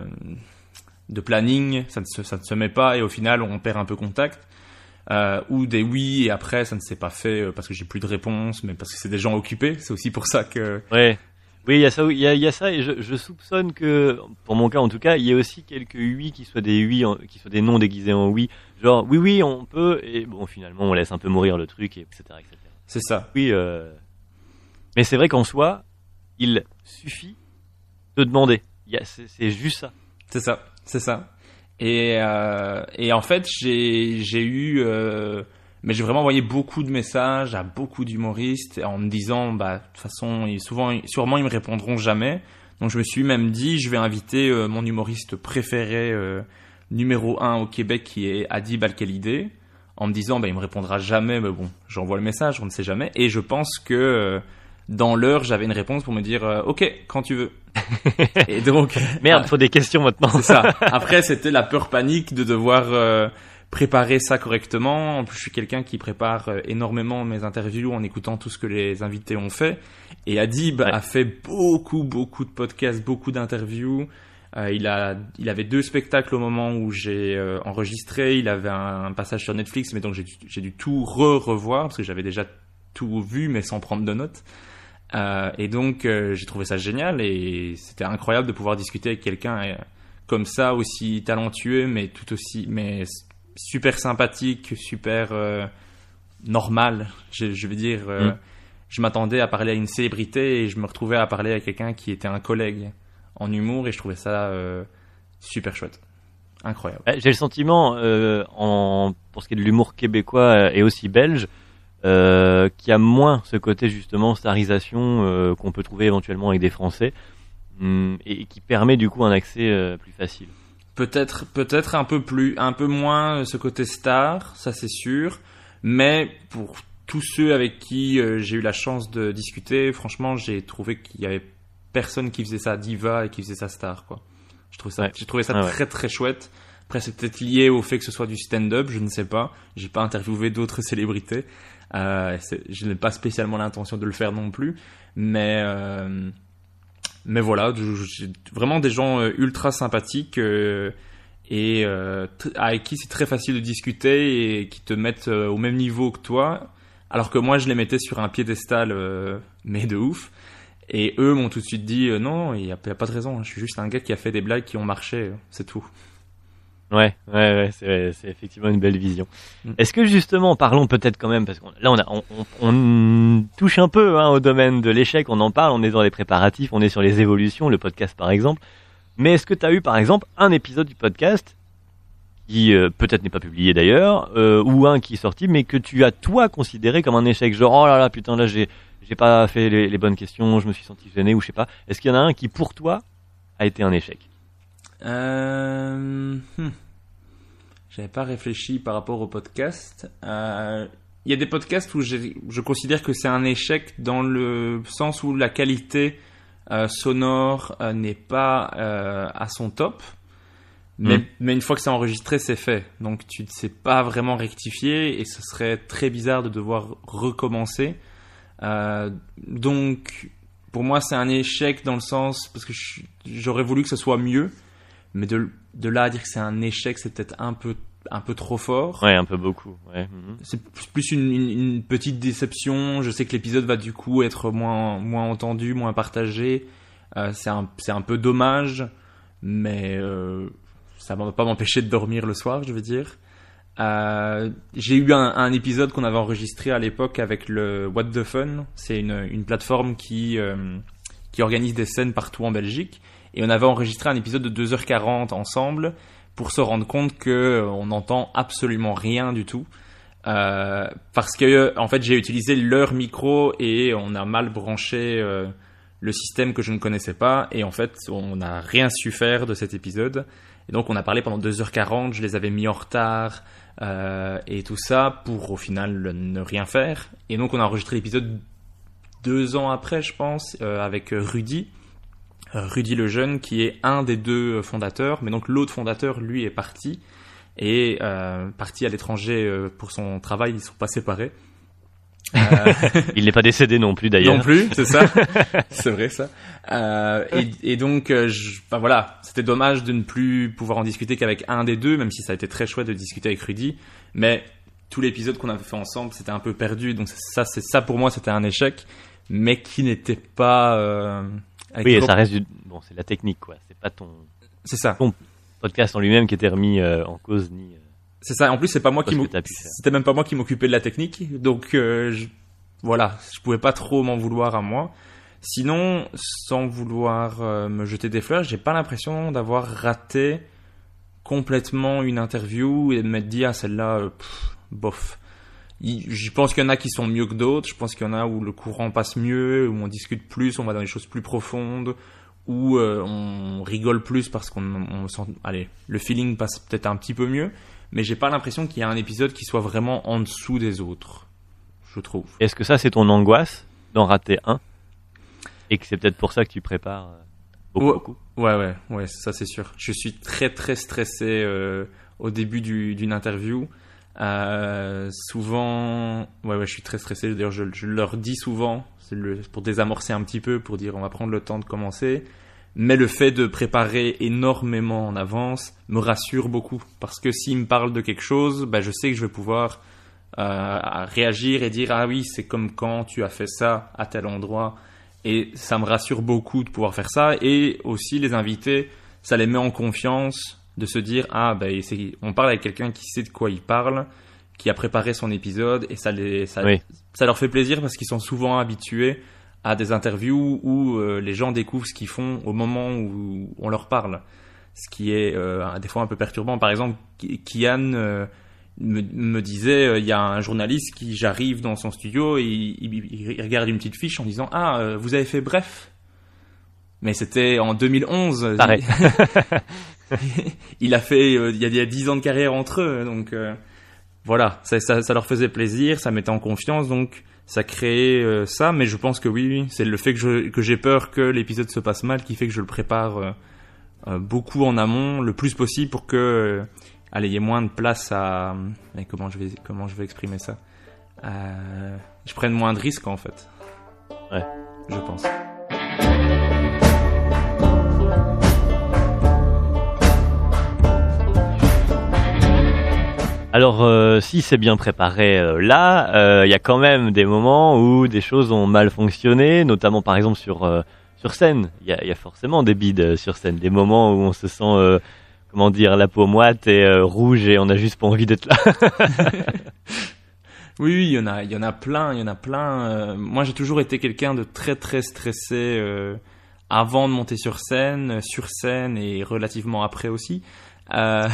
de planning, ça ne se ça ne se met pas et au final on perd un peu contact, euh, ou des oui et après ça ne s'est pas fait parce que j'ai plus de réponse, mais parce que c'est des gens occupés. C'est aussi pour ça que ouais oui il y a ça il y a il y a ça et je, je soupçonne que pour mon cas en tout cas il y a aussi quelques oui qui soient des oui en, qui soient des non déguisés en oui, genre oui oui on peut et bon finalement on laisse un peu mourir le truc et etc etc. C'est ça. Oui euh... mais c'est vrai qu'en soi il suffit de demander. Yeah, c'est, c'est juste ça. C'est ça, c'est ça. Et, euh, et en fait, j'ai, j'ai eu... Euh, mais j'ai vraiment envoyé beaucoup de messages à beaucoup d'humoristes en me disant, bah, de toute façon, ils, souvent, sûrement, ils me répondront jamais. Donc, je me suis même dit, je vais inviter euh, mon humoriste préféré, euh, numéro un au Québec, qui est Adib Al-Khalidé, en me disant, bah, il me répondra jamais, mais bon, j'envoie le message, on ne sait jamais. Et je pense que... Euh, dans l'heure, j'avais une réponse pour me dire euh, « Ok, quand tu veux ». Et donc... Merde, faut des questions maintenant. C'est ça. Après, c'était la peur panique de devoir euh, préparer ça correctement. En plus, je suis quelqu'un qui prépare énormément mes interviews en écoutant tout ce que les invités ont fait. Et Adib ouais. a fait beaucoup, beaucoup de podcasts, beaucoup d'interviews. Euh, il a, il avait deux spectacles au moment où j'ai euh, enregistré. Il avait un, un passage sur Netflix, mais donc j'ai, j'ai dû tout re-revoir parce que j'avais déjà tout vu, mais sans prendre de notes. Euh, et donc, euh, j'ai trouvé ça génial et c'était incroyable de pouvoir discuter avec quelqu'un euh, comme ça, aussi talentueux, mais tout aussi, mais super sympathique, super euh, normal. Je, je veux dire, euh, mmh. je m'attendais à parler à une célébrité et je me retrouvais à parler à quelqu'un qui était un collègue en humour et je trouvais ça euh, super chouette, incroyable. J'ai le sentiment, euh, en, pour ce qui est de l'humour québécois et aussi belge, euh, qu'il y a moins ce côté justement starisation euh, qu'on peut trouver éventuellement avec des Français hum, et qui permet du coup un accès euh, plus facile. Peut-être, peut-être un peu plus, un peu moins ce côté star, ça c'est sûr, mais pour tous ceux avec qui euh, j'ai eu la chance de discuter, franchement, j'ai trouvé qu'il y avait personne qui faisait ça diva et qui faisait ça star, quoi. Je trouve ça, ouais. J'ai trouvé ça ah, très ouais. très chouette. Après, c'est peut-être lié au fait que ce soit du stand-up, je ne sais pas. J'ai pas interviewé d'autres célébrités. Euh, je n'ai pas spécialement l'intention de le faire non plus, mais euh, mais voilà, j'ai vraiment des gens ultra sympathiques euh, et euh, t- avec qui c'est très facile de discuter et qui te mettent euh, au même niveau que toi, alors que moi je les mettais sur un piédestal, euh, mais de ouf. Et eux m'ont tout de suite dit euh, non, il n'y a, a pas de raison, je suis juste un gars qui a fait des blagues qui ont marché, c'est tout. Ouais, ouais, ouais, c'est, c'est effectivement une belle vision. Mm. Est-ce que justement, parlons peut-être quand même, parce que là on, a, on, on, on touche un peu hein, au domaine de l'échec, on en parle, on est dans les préparatifs, on est sur les évolutions, le podcast par exemple. Mais est-ce que tu as eu par exemple un épisode du podcast qui euh, peut-être n'est pas publié d'ailleurs, euh, ou un qui est sorti, mais que tu as toi considéré comme un échec, genre oh là là putain là j'ai j'ai pas fait les, les bonnes questions, je me suis senti gêné ou je sais pas. Est-ce qu'il y en a un qui pour toi a été un échec? Euh... Hmm. J'avais pas réfléchi par rapport au podcast. Euh... Il y a des podcasts où j'ai... je considère que c'est un échec dans le sens où la qualité euh, sonore euh, n'est pas euh, à son top. Mais, mmh. mais une fois que c'est enregistré, c'est fait. Donc tu ne sais pas vraiment rectifier et ce serait très bizarre de devoir recommencer. Euh, donc pour moi c'est un échec dans le sens parce que je, j'aurais voulu que ce soit mieux. Mais de, de là à dire que c'est un échec, c'est peut-être un peu, un peu trop fort. Ouais, un peu beaucoup. Ouais. Mmh. C'est plus une, une, une petite déception. Je sais que l'épisode va du coup être moins, moins entendu, moins partagé. Euh, c'est, un, c'est un peu dommage, mais euh, ça ne va pas m'empêcher de dormir le soir, je veux dire. Euh, j'ai eu un, un épisode qu'on avait enregistré à l'époque avec le What the Fun. C'est une, une plateforme qui, euh, qui organise des scènes partout en Belgique. Et on avait enregistré un épisode de deux heures quarante ensemble pour se rendre compte qu'on n'entend absolument rien du tout. Euh, parce que, en fait, j'ai utilisé leur micro et on a mal branché euh, le système que je ne connaissais pas. Et en fait, on n'a rien su faire de cet épisode. Et donc, on a parlé pendant deux heures quarante, je les avais mis en retard euh, et tout ça pour, au final, ne rien faire. Et donc, on a enregistré l'épisode deux ans après, je pense, euh, avec Rudy. Rudy Lejeune, qui est un des deux fondateurs, mais donc l'autre fondateur, lui, est parti et euh, parti à l'étranger euh, pour son travail. Ils ne sont pas séparés. Euh... Il n'est pas décédé non plus d'ailleurs. Non plus, c'est ça. C'est vrai ça. Euh, et, et donc, euh, je, enfin, voilà, c'était dommage de ne plus pouvoir en discuter qu'avec un des deux, même si ça a été très chouette de discuter avec Rudy. Mais tout l'épisode qu'on avait fait ensemble, c'était un peu perdu. Donc ça, c'est ça pour moi, c'était un échec, mais qui n'était pas. Euh, Oui, et ça reste du... bon, c'est la technique, quoi. C'est pas ton, c'est ça. Ton podcast en lui-même qui était remis euh, en cause ni. Euh... C'est ça. En plus, c'est pas moi qui m'occupais. C'était même pas moi qui m'occupais de la technique, donc euh, je... voilà, je pouvais pas trop m'en vouloir à moi. Sinon, sans vouloir euh, me jeter des fleurs, j'ai pas l'impression d'avoir raté complètement une interview et de m'être dit ah celle-là, euh, pff, bof. Je pense qu'il y en a qui sont mieux que d'autres. Je pense qu'il y en a où le courant passe mieux, où on discute plus, on va dans des choses plus profondes, où euh, on rigole plus parce qu'on on sent, allez, le feeling passe peut-être un petit peu mieux. Mais j'ai pas l'impression qu'il y a un épisode qui soit vraiment en dessous des autres, je trouve. Est-ce que ça c'est ton angoisse d'en rater un et que c'est peut-être pour ça que tu prépares beaucoup, ouais, beaucoup ouais, ouais, ouais, ça c'est sûr. Je suis très très stressé euh, au début du, d'une interview. Euh, souvent, ouais, ouais, je suis très stressé. D'ailleurs, je, je leur dis souvent, c'est le, pour désamorcer un petit peu, pour dire on va prendre le temps de commencer. Mais le fait de préparer énormément en avance me rassure beaucoup. Parce que s'ils me parlent de quelque chose, bah, je sais que je vais pouvoir euh, réagir et dire ah oui, c'est comme quand tu as fait ça à tel endroit. Et ça me rassure beaucoup de pouvoir faire ça. Et aussi, les invités, ça les met en confiance de se dire ah ben c'est, on parle avec quelqu'un qui sait de quoi il parle, qui a préparé son épisode, et ça les ça, oui. ça leur fait plaisir parce qu'ils sont souvent habitués à des interviews où euh, les gens découvrent ce qu'ils font au moment où on leur parle, ce qui est euh, des fois un peu perturbant. Par exemple, Kian euh, me, me disait il euh, y a un journaliste qui, j'arrive dans son studio et il, il, il regarde une petite fiche en disant ah euh, vous avez fait Bref. Mais c'était en deux mille onze. Pareil. Il a fait, euh, il y a, il y a dix ans de carrière entre eux, donc euh, voilà, ça, ça, ça leur faisait plaisir, ça mettait en confiance, donc ça créait euh, ça. Mais je pense que oui, oui, c'est le fait que, je, que j'ai peur que l'épisode se passe mal qui fait que je le prépare euh, euh, beaucoup en amont, le plus possible pour que, euh, allez, il y ait moins de place à, mais comment je vais, comment je vais exprimer ça, euh, je prenne moins de risques en fait. Ouais. Je pense. Alors, euh, si c'est bien préparé euh, là, il euh, y a quand même des moments où des choses ont mal fonctionné, notamment par exemple sur euh, sur scène. Il y a, y a forcément des bides euh, sur scène, des moments où on se sent, euh, comment dire, la peau moite et euh, rouge et on a juste pas envie d'être là. Oui, oui, il y en a, il y en a plein, il y en a plein. Euh, moi, j'ai toujours été quelqu'un de très très stressé euh, avant de monter sur scène, sur scène et relativement après aussi. Euh,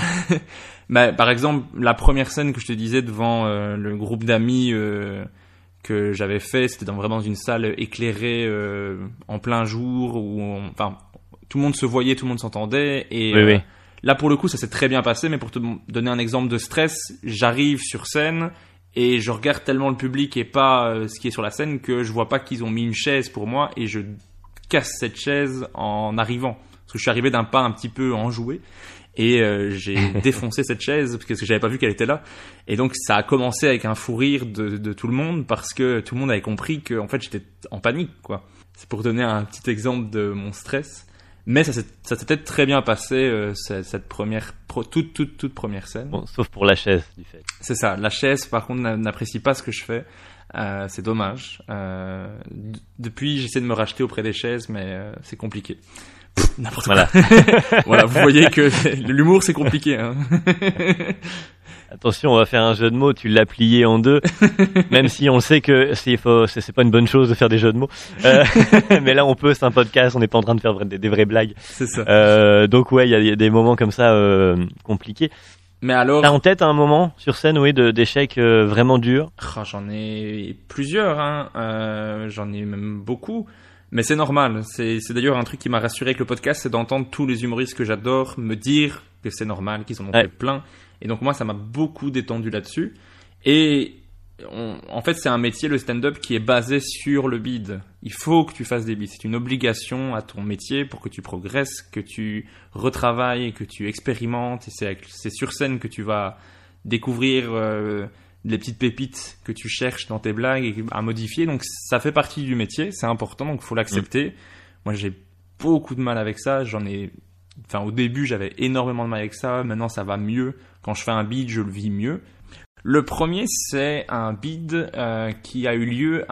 bah, par exemple, la première scène que je te disais devant euh, le groupe d'amis euh, que j'avais fait, c'était dans, vraiment dans une salle éclairée euh, en plein jour où, on, enfin, tout le monde se voyait, tout le monde s'entendait. Et oui, euh, oui. là, pour le coup, ça s'est très bien passé. Mais pour te donner un exemple de stress, j'arrive sur scène et je regarde tellement le public et pas euh, ce qui est sur la scène que je vois pas qu'ils ont mis une chaise pour moi et je casse cette chaise en arrivant. Parce que je suis arrivé d'un pas un petit peu enjoué. Et euh, j'ai défoncé cette chaise parce que j'avais pas vu qu'elle était là. Et donc ça a commencé avec un fou rire de, de tout le monde parce que tout le monde avait compris que en fait j'étais en panique, quoi. C'est pour donner un petit exemple de mon stress. Mais ça s'est, ça s'était très bien passé euh, cette, cette première, pro, toute toute toute première scène. Bon, sauf pour la chaise, du fait. C'est ça. La chaise, par contre, n'apprécie pas ce que je fais. Euh, c'est dommage. Euh, d- depuis, j'essaie de me racheter auprès des chaises, mais euh, c'est compliqué. Pff, n'importe voilà. quoi. Voilà, vous voyez que l'humour c'est compliqué. Hein. Attention, on va faire un jeu de mots. Tu l'as plié en deux, même si on sait que c'est, faut, c'est, c'est pas une bonne chose de faire des jeux de mots. Euh, mais là, on peut. C'est un podcast. On n'est pas en train de faire des, des vraies blagues. C'est ça. Euh, donc ouais, il y, y a des moments comme ça euh, compliqués. Mais alors, t'as en tête un moment sur scène, oui, de, d'échec euh, vraiment dur? Oh, j'en ai plusieurs. Hein. Euh, j'en ai même beaucoup. Mais c'est normal. C'est, c'est d'ailleurs un truc qui m'a rassuré avec le podcast, c'est d'entendre tous les humoristes que j'adore me dire que c'est normal, qu'ils en ont ouais. fait plein. Et donc moi, ça m'a beaucoup détendu là-dessus. Et on, en fait, c'est un métier, le stand-up, qui est basé sur le bide. Il faut que tu fasses des bides. C'est une obligation à ton métier pour que tu progresses, que tu retravailles, que tu expérimentes. Et c'est, c'est sur scène que tu vas découvrir euh, les petites pépites que tu cherches dans tes blagues et à modifier. Donc ça fait partie du métier, c'est important, donc il faut l'accepter. Mmh. Moi, j'ai beaucoup de mal avec ça. J'en ai... Enfin, au début, j'avais énormément de mal avec ça. Maintenant, ça va mieux. Quand je fais un bid, je le vis mieux. Le premier, c'est un bid euh, qui a eu lieu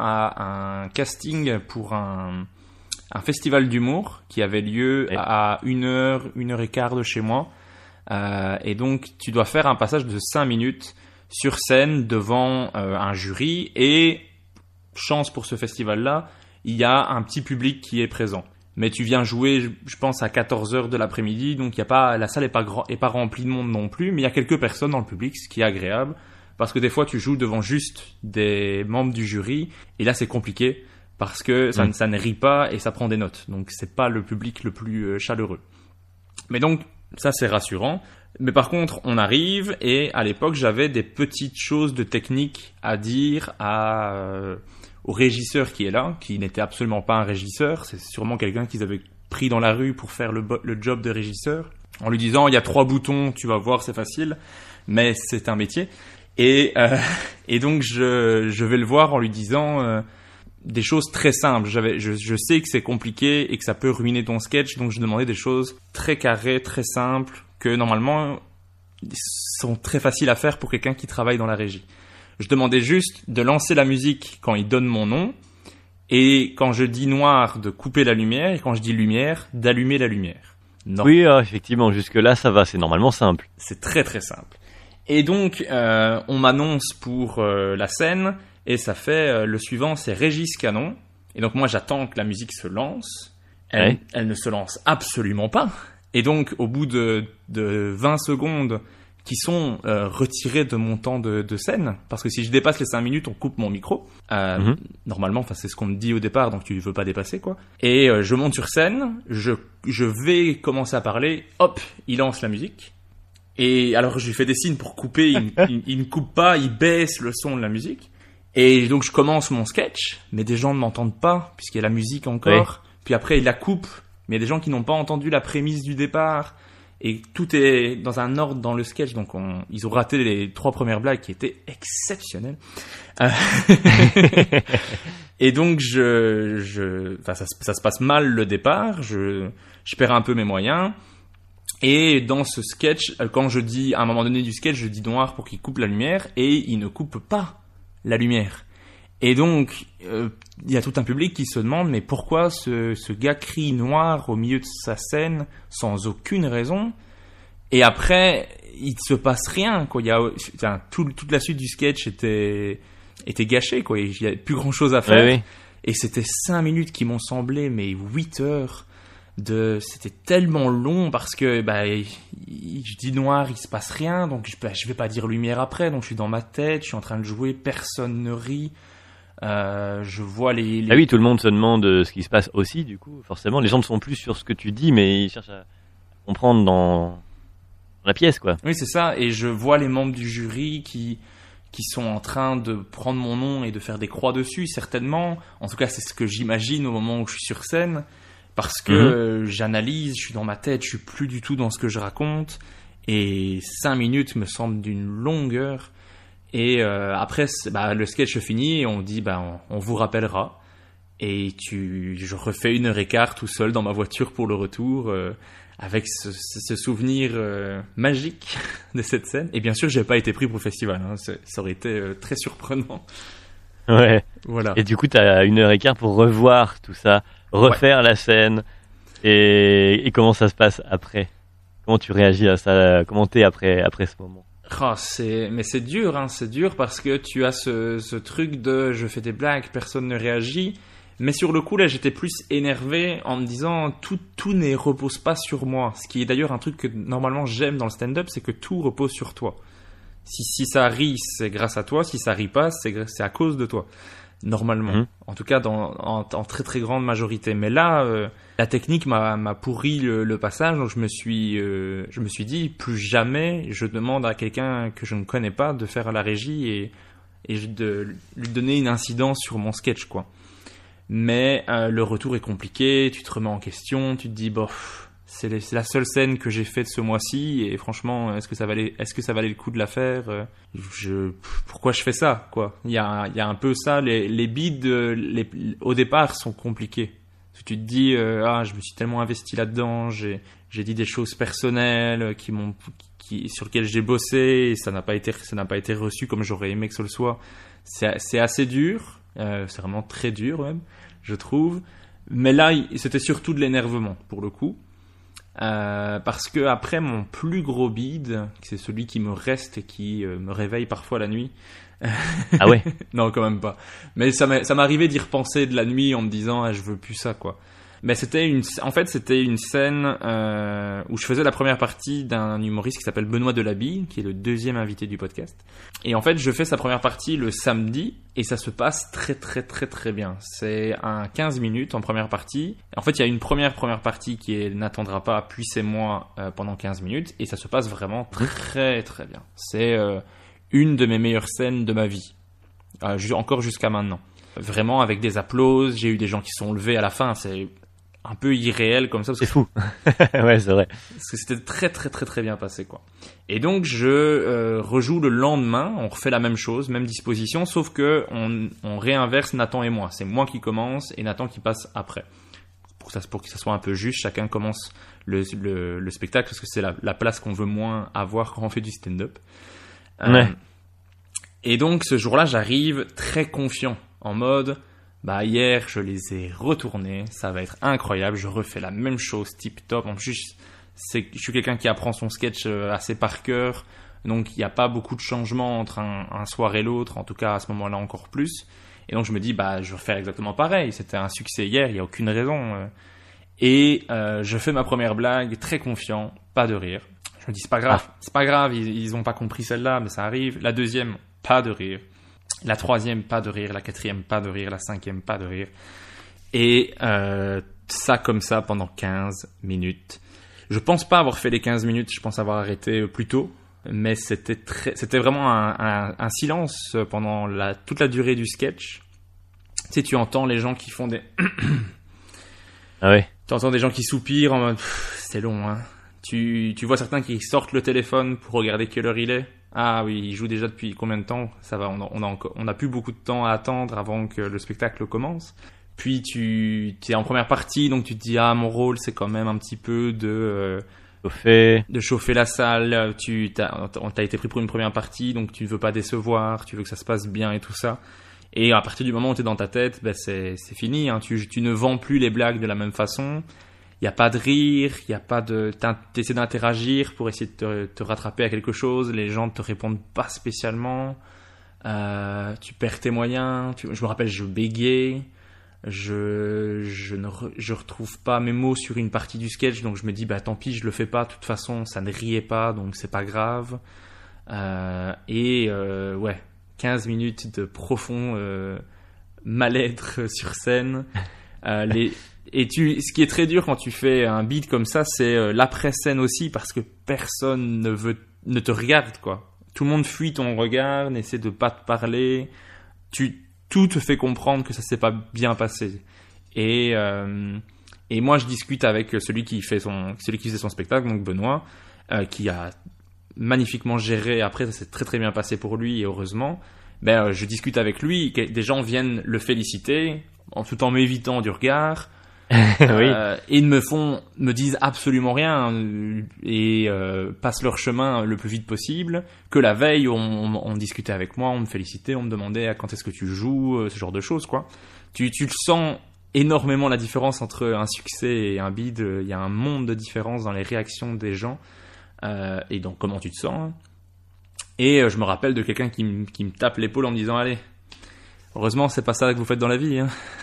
à un casting pour un, un festival d'humour qui avait lieu ouais. à une heure, une heure et quart de chez moi. Euh, et donc, tu dois faire un passage de cinq minutes sur scène devant euh, un jury. Et, chance pour ce festival-là, il y a un petit public qui est présent. Mais tu viens jouer, je pense, à quatorze heures de l'après-midi, donc y a pas, la salle est pas, grand, est pas remplie de monde non plus, mais il y a quelques personnes dans le public, ce qui est agréable, parce que des fois tu joues devant juste des membres du jury, et là c'est compliqué, parce que ça, mmh. ça ne rit pas et ça prend des notes, donc c'est pas le public le plus chaleureux. Mais donc, ça c'est rassurant. Mais par contre, on arrive, et à l'époque j'avais des petites choses de technique à dire à... Euh, au régisseur qui est là, qui n'était absolument pas un régisseur, c'est sûrement quelqu'un qu'ils avaient pris dans la rue pour faire le, bo- le job de régisseur. en lui disant il y a trois boutons, tu vas voir, c'est facile, mais c'est un métier. Et, euh, et donc je, je vais le voir en lui disant euh, des choses très simples. J'avais, je, je sais que c'est compliqué et que ça peut ruiner ton sketch, donc je demandais des choses très carrées, très simples, que normalement sont très faciles à faire pour quelqu'un qui travaille dans la régie. Je demandais juste de lancer la musique quand il donne mon nom, et quand je dis noir, de couper la lumière, et quand je dis lumière, d'allumer la lumière. Non. Oui, euh, effectivement, jusque-là, ça va, c'est normalement simple. C'est très très simple. Et donc, euh, on m'annonce pour euh, la scène, et ça fait, euh, le suivant, c'est Régis Canon. Et donc moi, j'attends que la musique se lance. Elle, ouais. elle ne se lance absolument pas. Et donc, au bout de, de vingt secondes qui sont euh, retirées de mon temps de, de scène, parce que si je dépasse les cinq minutes, on coupe mon micro. Euh, mm-hmm. Normalement, enfin, c'est ce qu'on me dit au départ, donc tu ne veux pas dépasser, quoi. Et euh, je monte sur scène, je, je vais commencer à parler, hop, il lance la musique. Et alors, je lui fais des signes pour couper, il, il, il ne coupe pas, il baisse le son de la musique. Et donc, je commence mon sketch, mais des gens ne m'entendent pas, puisqu'il y a la musique encore. Oui. Puis après, il la coupe. Mais il y a des gens qui n'ont pas entendu la prémisse du départ, et tout est dans un ordre dans le sketch, donc on, ils ont raté les trois premières blagues qui étaient exceptionnelles. Euh... et donc je, je, enfin ça, ça se passe mal le départ, je, je perds un peu mes moyens, et dans ce sketch, quand je dis à un moment donné du sketch, je dis noir pour qu'il coupe la lumière, et il ne coupe pas la lumière. Et donc, euh, il y a tout un public qui se demande, mais pourquoi ce, ce gars crie noir au milieu de sa scène sans aucune raison? Et après, il ne se passe rien, quoi. Il y a, enfin, tout, toute la suite du sketch était, était gâchée, quoi. Il n'y avait plus grand chose à faire. Oui, oui. Et c'était cinq minutes qui m'ont semblé, mais huit heures de, c'était tellement long parce que, bah, il, il, je dis noir, il se passe rien, donc je, bah, je vais pas dire lumière après, donc je suis dans ma tête, je suis en train de jouer, personne ne rit. Euh, je vois les, les... Ah oui, tout le monde se demande ce qui se passe aussi, du coup, forcément. Les gens ne sont plus sur ce que tu dis, mais ils cherchent à comprendre dans la pièce, quoi. Oui, c'est ça. Et je vois les membres du jury qui, qui sont en train de prendre mon nom et de faire des croix dessus, certainement. En tout cas, c'est ce que j'imagine au moment où je suis sur scène. Parce que mm-hmm. euh, j'analyse, je suis dans ma tête, je suis plus du tout dans ce que je raconte. Et cinq minutes me semblent d'une longueur. Et euh, après, bah, le sketch finit et on dit bah, on, on vous rappellera. Et tu, je refais une heure et quart tout seul dans ma voiture pour le retour, euh, avec ce, ce souvenir euh, magique de cette scène. Et bien sûr, j'ai pas été pris pour le festival. Hein. Ça aurait été euh, très surprenant. Ouais. Voilà. Et du coup, t'as une heure et quart pour revoir tout ça, refaire ouais. la scène. Et, et comment ça se passe après? Comment tu réagis à ça? Comment t'es après, après ce moment? Oh, c'est, mais c'est dur, hein, c'est dur parce que tu as ce, ce truc de je fais des blagues, personne ne réagit. Mais sur le coup, là, j'étais plus énervé en me disant tout, tout ne repose pas sur moi. Ce qui est d'ailleurs un truc que normalement j'aime dans le stand-up, c'est que tout repose sur toi. Si, si ça rit, c'est grâce à toi. Si ça rit pas, c'est, c'est à cause de toi. Normalement. Mmh. En tout cas, dans, en, en très très grande majorité. Mais là, euh, la technique m'a, m'a pourri le, le passage. Donc je me suis, euh, je me suis dit, plus jamais je demande à quelqu'un que je ne connais pas de faire la régie et, et de lui donner une incidence sur mon sketch, quoi. Mais euh, le retour est compliqué. Tu te remets en question. Tu te dis, bof. C'est, les, c'est la seule scène que j'ai faite ce mois-ci et franchement, est-ce que ça valait, est-ce que ça valait le coup de la faire? Je, pourquoi je fais ça, quoi? Il y a, il y a un peu ça. Les, les bids, les, au départ, sont compliqués. Tu te dis, euh, ah, je me suis tellement investi là-dedans, j'ai, j'ai dit des choses personnelles qui m'ont, qui, sur lesquelles j'ai bossé et ça n'a pas été, ça n'a pas été reçu comme j'aurais aimé que ce le soit. C'est, c'est assez dur, euh, c'est vraiment très dur même, je trouve. Mais là, c'était surtout de l'énervement pour le coup. Euh, parce que après mon plus gros bide, c'est celui qui me reste et qui euh, me réveille parfois la nuit. Ah ouais? Non, quand même pas. Mais ça m'est, ça m'est arrivé d'y repenser de la nuit en me disant ah, je veux plus ça, quoi. Mais c'était une, en fait, c'était une scène euh, où je faisais la première partie d'un humoriste qui s'appelle Benoît Delabille, qui est le deuxième invité du podcast. Et en fait, je fais sa première partie le samedi et ça se passe très très très très bien. C'est un quinze minutes en première partie. En fait, il y a une première première partie qui est N'attendra pas, puis c'est moi euh, pendant quinze minutes et ça se passe vraiment très très bien. C'est euh, une de mes meilleures scènes de ma vie, euh, encore jusqu'à maintenant. Vraiment avec des applauses, j'ai eu des gens qui sont levés à la fin, c'est un peu irréel comme ça. C'est fou. Ouais, c'est vrai. Parce que c'était très très très très bien passé, quoi. Et donc je euh, rejoue le lendemain, on refait la même chose, même disposition, sauf que on, on réinverse Nathan et moi. C'est moi qui commence et Nathan qui passe après. Pour, ça, pour que ça soit un peu juste, chacun commence le, le, le spectacle parce que c'est la, la place qu'on veut moins avoir quand on fait du stand-up. Euh, ouais. Et donc ce jour-là, j'arrive très confiant, en mode... Bah hier je les ai retournés, ça va être incroyable, je refais la même chose tip top. En plus c'est, je suis quelqu'un qui apprend son sketch assez par cœur, donc il n'y a pas beaucoup de changements entre un, un soir et l'autre, en tout cas à ce moment-là encore plus. Et donc je me dis bah je vais faire exactement pareil, c'était un succès hier, il n'y a aucune raison. Et euh, je fais ma première blague très confiant, pas de rire. Je me dis c'est pas grave, ah. c'est pas grave, ils, ils ont pas compris celle-là, mais ça arrive. La deuxième, pas de rire. La troisième, pas de rire. La quatrième, pas de rire. La cinquième, pas de rire. Et euh, ça comme ça pendant quinze minutes. Je pense pas avoir fait les quinze minutes, je pense avoir arrêté plus tôt. Mais c'était, très, c'était vraiment un, un, un silence pendant la, toute la durée du sketch. Tu sais, tu entends les gens qui font des... Ah ouais. Tu entends des gens qui soupirent en mode... C'est long, hein. Tu, tu vois certains qui sortent le téléphone pour regarder quelle heure il est. Ah oui, il joue déjà depuis combien de temps? Ça va, on a, on a encore, on a plus beaucoup de temps à attendre avant que le spectacle commence. Puis tu, tu es en première partie, donc tu te dis ah mon rôle c'est quand même un petit peu de euh, chauffer, de chauffer la salle. Tu t'as, on t'a été pris pour une première partie, donc tu ne veux pas décevoir, tu veux que ça se passe bien et tout ça. Et à partir du moment où tu es dans ta tête, ben c'est c'est fini. Hein, tu tu ne vends plus les blagues de la même façon. Il n'y a pas de rire, il n'y a pas de... Tu essaies d'interagir pour essayer de te, te rattraper à quelque chose. Les gens ne te répondent pas spécialement. Euh, tu perds tes moyens. Tu, je me rappelle, je bégayais. Je, je ne re, je retrouve pas mes mots sur une partie du sketch. Donc je me dis, bah tant pis, je le fais pas. De toute façon, ça ne riait pas, donc c'est pas grave. Euh, et euh, ouais, quinze minutes de profond euh, mal-être sur scène. Euh, les... Et tu, ce qui est très dur quand tu fais un beat comme ça, c'est euh, l'après-scène aussi, parce que personne ne veut, ne te regarde, quoi. Tout le monde fuit ton regard, n'essaie de pas te parler. Tu, tout te fait comprendre que ça s'est pas bien passé. Et, euh, et moi, je discute avec celui qui fait son, celui qui faisait son spectacle, donc Benoît, euh, qui a magnifiquement géré. Après, ça s'est très très bien passé pour lui, et heureusement. Ben, euh, je discute avec lui, des gens viennent le féliciter, en tout en m'évitant du regard. oui. euh, et me font, me disent absolument rien euh, et euh, passent leur chemin le plus vite possible. Que la veille, on, on, on discutait avec moi, on me félicitait, on me demandait à quand est-ce que tu joues, euh, ce genre de choses, quoi. Tu, tu le sens énormément la différence entre un succès et un bide. Il y a un monde de différence dans les réactions des gens euh, et donc comment tu te sens. Et euh, je me rappelle de quelqu'un qui, m- qui me tape l'épaule en me disant allez, heureusement c'est pas ça que vous faites dans la vie, hein.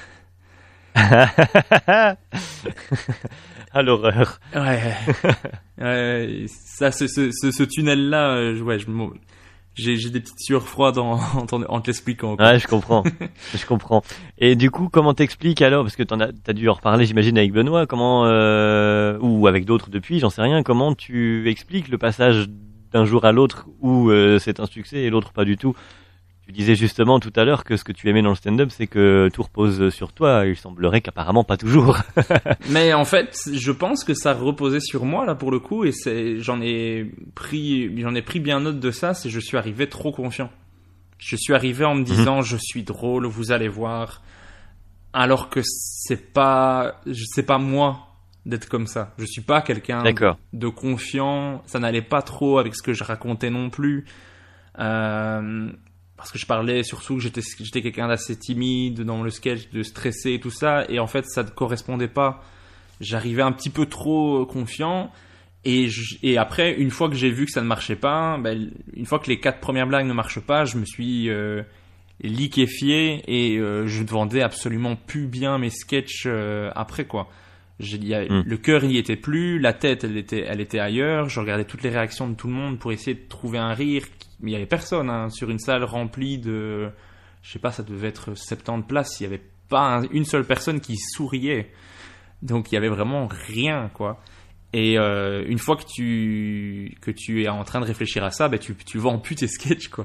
À l'horreur. Ouais. ouais ça, ce, ce, ce, ce tunnel-là, euh, ouais, je, j'ai, j'ai des petites sueurs froides en, en, en te l'expliquant. Ouais, je comprends. je comprends. Et du coup, comment t'expliques alors, parce que t'en as, t'as dû en reparler, j'imagine, avec Benoît, comment, euh, ou avec d'autres depuis, j'en sais rien, comment tu expliques le passage d'un jour à l'autre où euh, c'est un succès et l'autre pas du tout? Tu disais justement tout à l'heure que ce que tu aimais dans le stand-up, c'est que tout repose sur toi. Il semblerait qu'apparemment pas toujours. Mais en fait, je pense que ça reposait sur moi là pour le coup, et c'est, j'en ai pris, j'en ai pris bien note de ça. C'est je suis arrivé trop confiant. Je suis arrivé en me disant, mmh. je suis drôle, vous allez voir, alors que c'est pas, c'est pas moi d'être comme ça. Je suis pas quelqu'un D'accord. de confiant. Ça n'allait pas trop avec ce que je racontais non plus. Euh, Parce que je parlais surtout que j'étais, j'étais quelqu'un d'assez timide dans le sketch, de stressé et tout ça. Et en fait, ça ne correspondait pas. J'arrivais un petit peu trop confiant. Et, je, et après, une fois que j'ai vu que ça ne marchait pas, ben, une fois que les quatre premières blagues ne marchent pas, je me suis euh, liquéfié et euh, je ne vendais absolument plus bien mes sketchs euh, après, quoi. J'ai, y a, mmh. Le cœur n'y était plus, la tête, elle était, elle était ailleurs. Je regardais toutes les réactions de tout le monde pour essayer de trouver un rire. Mais il n'y avait personne, hein, sur une salle remplie de, je sais pas, ça devait être soixante-dix places. Il n'y avait pas un, une seule personne qui souriait. Donc il y avait vraiment rien, quoi. Et euh, une fois que tu que tu es en train de réfléchir à ça, ben tu tu vends plus tes sketchs, quoi.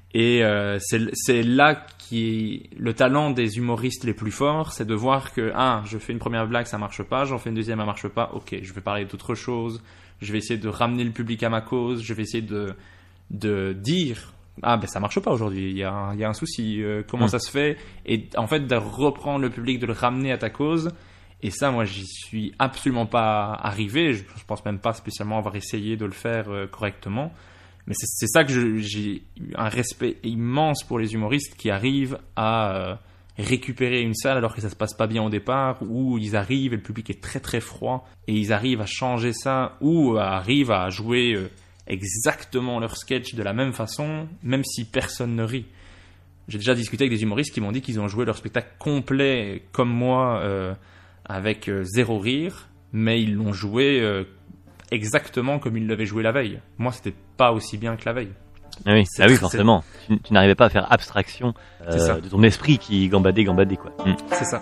Et euh, c'est, c'est là qui le talent des humoristes les plus forts, c'est de voir que ah, je fais une première blague, ça marche pas, j'en fais une deuxième, ça marche pas, ok, je vais parler d'autre chose, je vais essayer de ramener le public à ma cause, je vais essayer de de dire ah ben ça marche pas aujourd'hui, il y a un, il y a un souci, euh, comment mmh. ça se fait, et en fait de reprendre le public, de le ramener à ta cause. Et ça, moi, j'y suis absolument pas arrivé. Je, je pense même pas spécialement avoir essayé de le faire euh, correctement. Mais c'est, c'est ça que je, j'ai un respect immense pour les humoristes qui arrivent à euh, récupérer une salle alors que ça se passe pas bien au départ, où ils arrivent et le public est très très froid et ils arrivent à changer ça, ou arrivent à jouer euh, exactement leur sketch de la même façon, même si personne ne rit. J'ai déjà discuté avec des humoristes qui m'ont dit qu'ils ont joué leur spectacle complet comme moi. Euh, avec euh, zéro rire, mais ils l'ont joué euh, exactement comme ils l'avaient joué la veille. Moi, c'était pas aussi bien que la veille. Ah oui, ah oui forcément. Tu, tu n'arrivais pas à faire abstraction euh, de ton esprit qui gambadait, gambadait, quoi. Mm. C'est ça.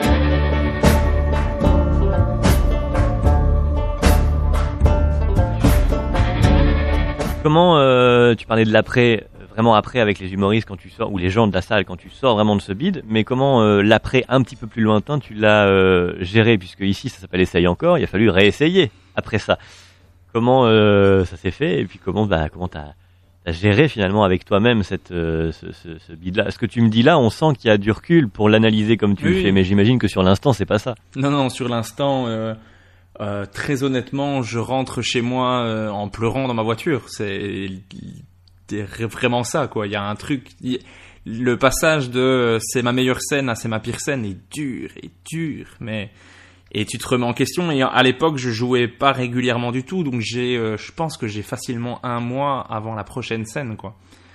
Comment, euh, tu parlais de l'après, vraiment après avec les humoristes quand tu sors, ou les gens de la salle quand tu sors vraiment de ce bide, mais comment euh, l'après un petit peu plus lointain tu l'as euh, géré, puisque ici ça s'appelle Essaye encore, il a fallu réessayer après ça. Comment euh, ça s'est fait, et puis comment bah, comment t'as, t'as géré finalement avec toi-même cette, euh, ce, ce, ce bide-là. Ce que tu me dis là, on sent qu'il y a du recul pour l'analyser comme tu oui. le fais, mais j'imagine que sur l'instant c'est pas ça. Non, non, sur l'instant... Euh... Euh, très honnêtement, je rentre chez moi euh, en pleurant dans ma voiture. C'est, c'est vraiment ça, quoi. Il y a un truc. Il, le passage de euh, c'est ma meilleure scène à c'est ma pire scène est dur, est dur. Mais et tu te remets en question. Et à l'époque, je jouais pas régulièrement du tout, donc j'ai, euh, je pense que j'ai facilement un mois avant la prochaine scène, quoi.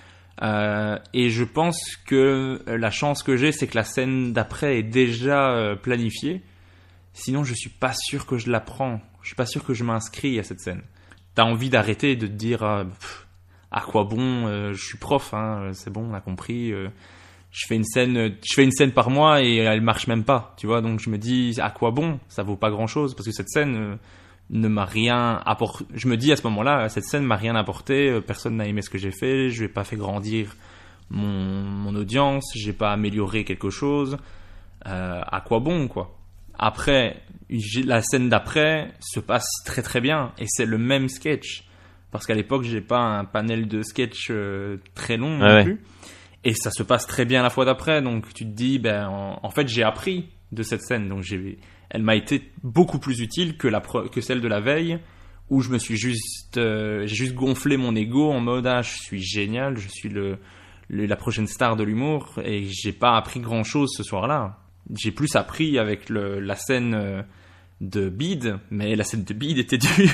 Euh, et je pense que la chance que j'ai, c'est que la scène d'après est déjà euh, planifiée. Sinon, je suis pas sûr que je la prends. Je suis pas sûr que je m'inscris à cette scène. T'as envie d'arrêter et de te dire euh, pff, à quoi bon, euh, je suis prof, hein, c'est bon, on a compris. Euh, je fais une scène, je fais une scène par mois et elle marche même pas, tu vois. Donc je me dis à quoi bon, ça vaut pas grand chose parce que cette scène euh, ne m'a rien apporté. Je me dis à ce moment-là, cette scène m'a rien apporté. Euh, personne n'a aimé ce que j'ai fait. Je n'ai pas fait grandir mon mon audience. J'ai pas amélioré quelque chose. Euh, à quoi bon, quoi. Après, la scène d'après se passe très très bien et c'est le même sketch parce qu'à l'époque j'ai pas un panel de sketch euh, très long ah non ouais. plus et ça se passe très bien la fois d'après, donc tu te dis ben en, en fait j'ai appris de cette scène, donc j'ai, elle m'a été beaucoup plus utile que la que celle de la veille où je me suis juste euh, j'ai juste gonflé mon ego en mode ah je suis génial, je suis le, le la prochaine star de l'humour et j'ai pas appris grand chose ce soir-là. J'ai plus appris avec le, la scène de bide, mais la scène de bide était dure.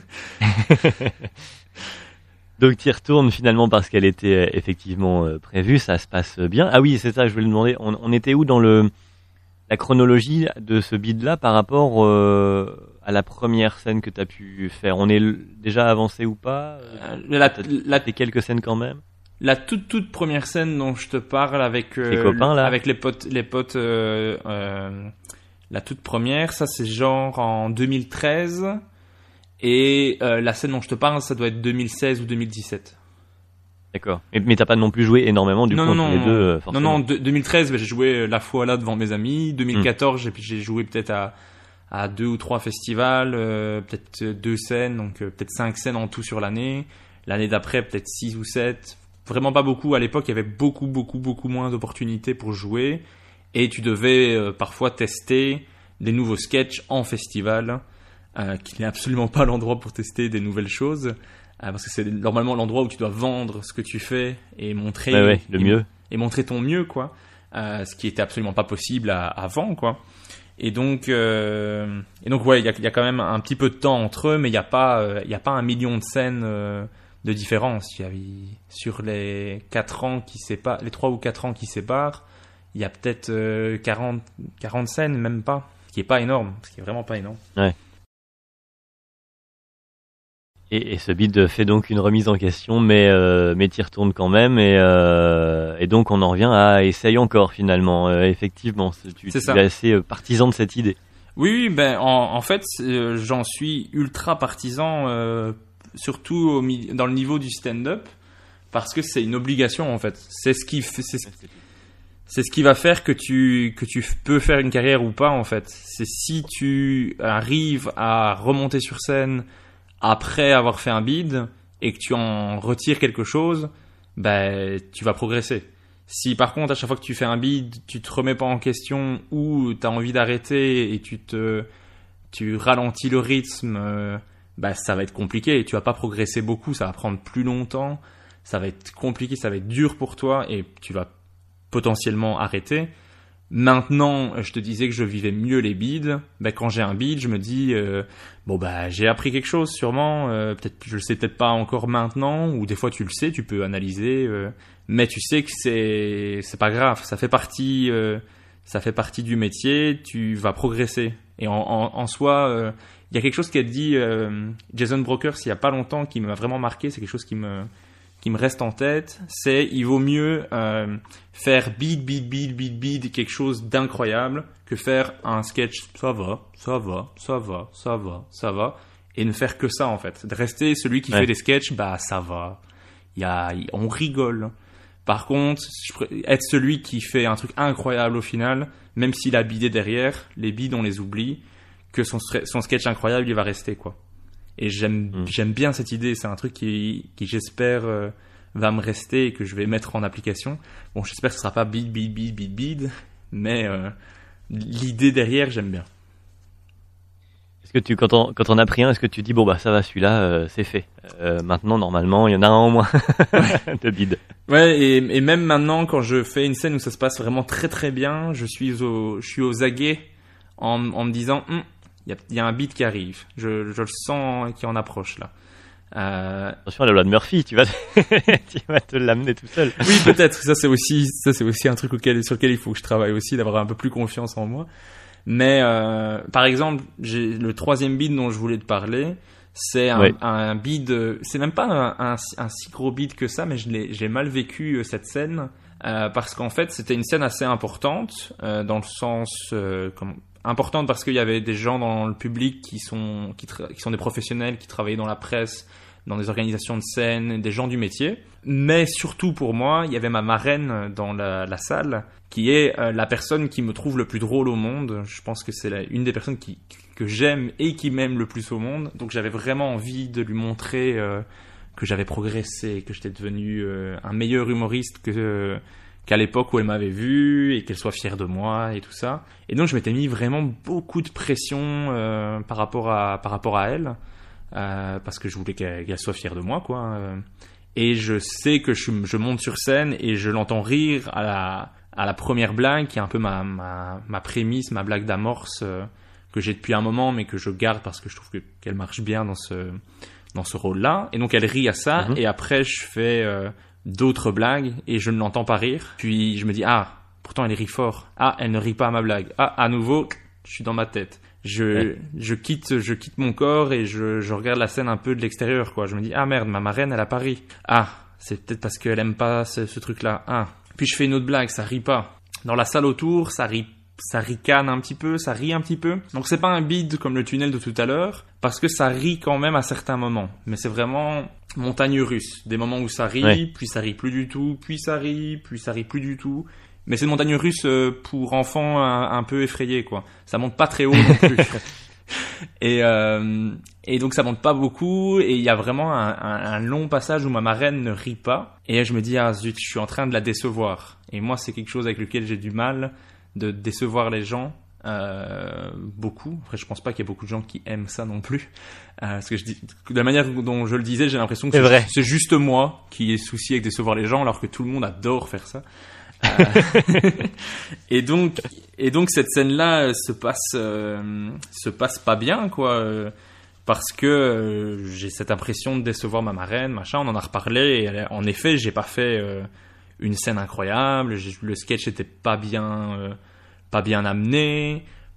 Donc tu y retournes finalement parce qu'elle était effectivement prévue, ça se passe bien. Ah oui, c'est ça, je voulais te demander, on, on était où dans le la chronologie de ce bide-là par rapport euh, à la première scène que tu as pu faire? On est déjà avancé ou pas? euh, la, T'as, la, t'as quelques scènes quand même? La toute toute première scène dont je te parle avec euh, les copains là, avec les potes les potes euh, euh, la toute première, ça c'est genre en deux mille treize et euh, la scène dont je te parle ça doit être deux mille seize ou deux mille dix-sept. D'accord. Mais, mais t'as pas non plus joué énormément du non, coup non, entre non, les deux euh, forcément. Non non, de, deux mille treize bah, j'ai joué la fois là devant mes amis, deux mille quatorze mmh. j'ai, j'ai joué peut-être à à deux ou trois festivals, euh, peut-être deux scènes, donc euh, peut-être cinq scènes en tout sur l'année. L'année d'après peut-être six ou sept. Vraiment pas beaucoup. À l'époque, il y avait beaucoup, beaucoup, beaucoup moins d'opportunités pour jouer. Et tu devais euh, parfois tester des nouveaux sketchs en festival, euh, qui n'est absolument pas l'endroit pour tester des nouvelles choses. Euh, parce que c'est normalement l'endroit où tu dois vendre ce que tu fais et montrer, ouais, ouais, le et, mieux. et montrer ton mieux, quoi. Euh, ce qui était absolument pas possible à, avant, quoi. Et donc, euh, et donc ouais, il y a, y a quand même un petit peu de temps entre eux, mais il n'y a pas, euh, y a pas un million de scènes euh, de différence. Il y avait, sur les quatre ans qui séparent, les trois ou quatre ans qui séparent, il y a peut-être euh, quarante, quarante scènes, même pas, ce qui est pas énorme, ce qui est vraiment pas énorme. Ouais. Et, et ce bide fait donc une remise en question, mais euh, mais t'y retournes quand même, et euh, et donc on en revient à essaye encore finalement. Euh, effectivement, tu, tu es assez partisan de cette idée. Oui, oui, ben en, en fait, euh, j'en suis ultra partisan. Euh, surtout au, dans le niveau du stand-up, parce que c'est une obligation en fait. C'est ce qui fait, c'est, c'est ce qui va faire que tu que tu peux faire une carrière ou pas en fait. C'est si tu arrives à remonter sur scène après avoir fait un bid et que tu en retires quelque chose, ben tu vas progresser. Si par contre à chaque fois que tu fais un bid, tu te remets pas en question ou tu as envie d'arrêter et tu te tu ralentis le rythme, euh, bah ça va être compliqué et tu vas pas progresser beaucoup, ça va prendre plus longtemps, ça va être compliqué, ça va être dur pour toi et tu vas potentiellement arrêter. Maintenant, je te disais que je vivais mieux les bids. Bah, quand j'ai un bid, je me dis euh, bon bah j'ai appris quelque chose sûrement. Euh, peut-être je le sais peut-être pas encore maintenant, ou des fois tu le sais, tu peux analyser, euh, mais tu sais que c'est c'est pas grave. Ça fait partie euh, ça fait partie du métier. Tu vas progresser. Et en, en, en soi, il euh, y a quelque chose qu'a dit euh, Jason Brokers il y a pas longtemps qui m'a vraiment marqué. C'est quelque chose qui me qui me reste en tête, c'est il vaut mieux euh, faire bid, bid, bid, bid, bid, quelque chose d'incroyable que faire un sketch, ça va, ça va, ça va, ça va, ça va, et ne faire que ça en fait. De rester celui qui ouais. fait des sketchs, bah ça va, y a, y, on rigole. Par contre, être celui qui fait un truc incroyable au final, même s'il a bidé derrière, les bids on les oublie, que son, son sketch incroyable il va rester quoi. Et j'aime, mmh. j'aime bien cette idée, c'est un truc qui, qui j'espère euh, va me rester et que je vais mettre en application. Bon, j'espère que ce sera pas bid, bid, bid, bid, bid, mais euh, l'idée derrière, j'aime bien. Est-ce que tu, quand on, quand on a pris un, est-ce que tu dis, bon bah ça va, celui-là, euh, c'est fait. Euh, maintenant, normalement, il y en a un en moins ouais. de bid. Ouais, et, et même maintenant, quand je fais une scène où ça se passe vraiment très très bien, je suis au, je suis aux aguets en, en me disant... Hm, il y, y a un beat qui arrive. Je, je le sens qui en approche là. Euh... Attention à la loi de Murphy, tu vas, tu vas te l'amener tout seul. Oui, peut-être. Ça c'est aussi, ça c'est aussi un truc auquel, sur lequel il faut que je travaille aussi, d'avoir un peu plus confiance en moi. Mais euh, par exemple, j'ai le troisième beat dont je voulais te parler. C'est un, oui. un beat. C'est même pas un, un, un si gros beat que ça, mais je l'ai, j'ai mal vécu cette scène euh, parce qu'en fait c'était une scène assez importante euh, dans le sens euh, comme importante parce qu'il y avait des gens dans le public qui sont qui, tra- qui sont des professionnels qui travaillaient dans la presse, dans des organisations de scène, des gens du métier. Mais surtout pour moi, il y avait ma marraine dans la, la salle qui est euh, la personne qui me trouve le plus drôle au monde. Je pense que c'est la, une des personnes qui, que j'aime et qui m'aime le plus au monde. Donc j'avais vraiment envie de lui montrer euh, que j'avais progressé, que j'étais devenu euh, un meilleur humoriste que... Euh, qu'à l'époque où elle m'avait vu et qu'elle soit fière de moi et tout ça. Et donc je m'étais mis vraiment beaucoup de pression euh, par rapport à par rapport à elle euh, parce que je voulais qu'elle, qu'elle soit fière de moi quoi. Et je sais que je, je monte sur scène et je l'entends rire à la à la première blague qui est un peu ma ma ma prémisse, ma blague d'amorce euh, que j'ai depuis un moment mais que je garde parce que je trouve que qu'elle marche bien dans ce dans ce rôle-là. Et donc elle rit à ça mm-hmm. et après je fais euh, d'autres blagues et je ne l'entends pas rire. Puis je me dis ah pourtant elle rit fort. Ah elle ne rit pas à ma blague. Ah à nouveau je suis dans ma tête. Je ouais. je quitte je quitte mon corps et je je regarde la scène un peu de l'extérieur quoi. Je me dis ah merde ma marraine elle a pas ri. Ah c'est peut-être parce qu'elle aime pas ce, ce truc là. Ah puis je fais une autre blague ça rit pas. Dans la salle autour ça rit ça ricane un petit peu, ça rit un petit peu. Donc c'est pas un bid comme le tunnel de tout à l'heure, parce que ça rit quand même à certains moments. Mais c'est vraiment montagne russe. Des moments où ça rit, ouais. puis ça rit plus du tout, puis ça rit, puis ça rit plus du tout. Mais c'est une montagne russe pour enfants un, un peu effrayés, quoi. Ça monte pas très haut non plus. et, euh, et donc ça monte pas beaucoup, et il y a vraiment un, un, un long passage où ma marraine ne rit pas. Et je me dis, ah zut, je suis en train de la décevoir. Et moi, c'est quelque chose avec lequel j'ai du mal, de décevoir les gens euh, beaucoup. Après je pense pas qu'il y ait beaucoup de gens qui aiment ça non plus euh, parce que je dis, de la manière dont je le disais j'ai l'impression que c'est, c'est, vrai. c'est juste moi qui ai souci avec décevoir les gens alors que tout le monde adore faire ça euh, et donc et donc cette scène là se passe euh, se passe pas bien quoi euh, parce que euh, j'ai cette impression de décevoir ma marraine machin. On en a reparlé et elle, en effet j'ai pas fait euh, une scène incroyable, le sketch était pas bien, euh, pas bien amené,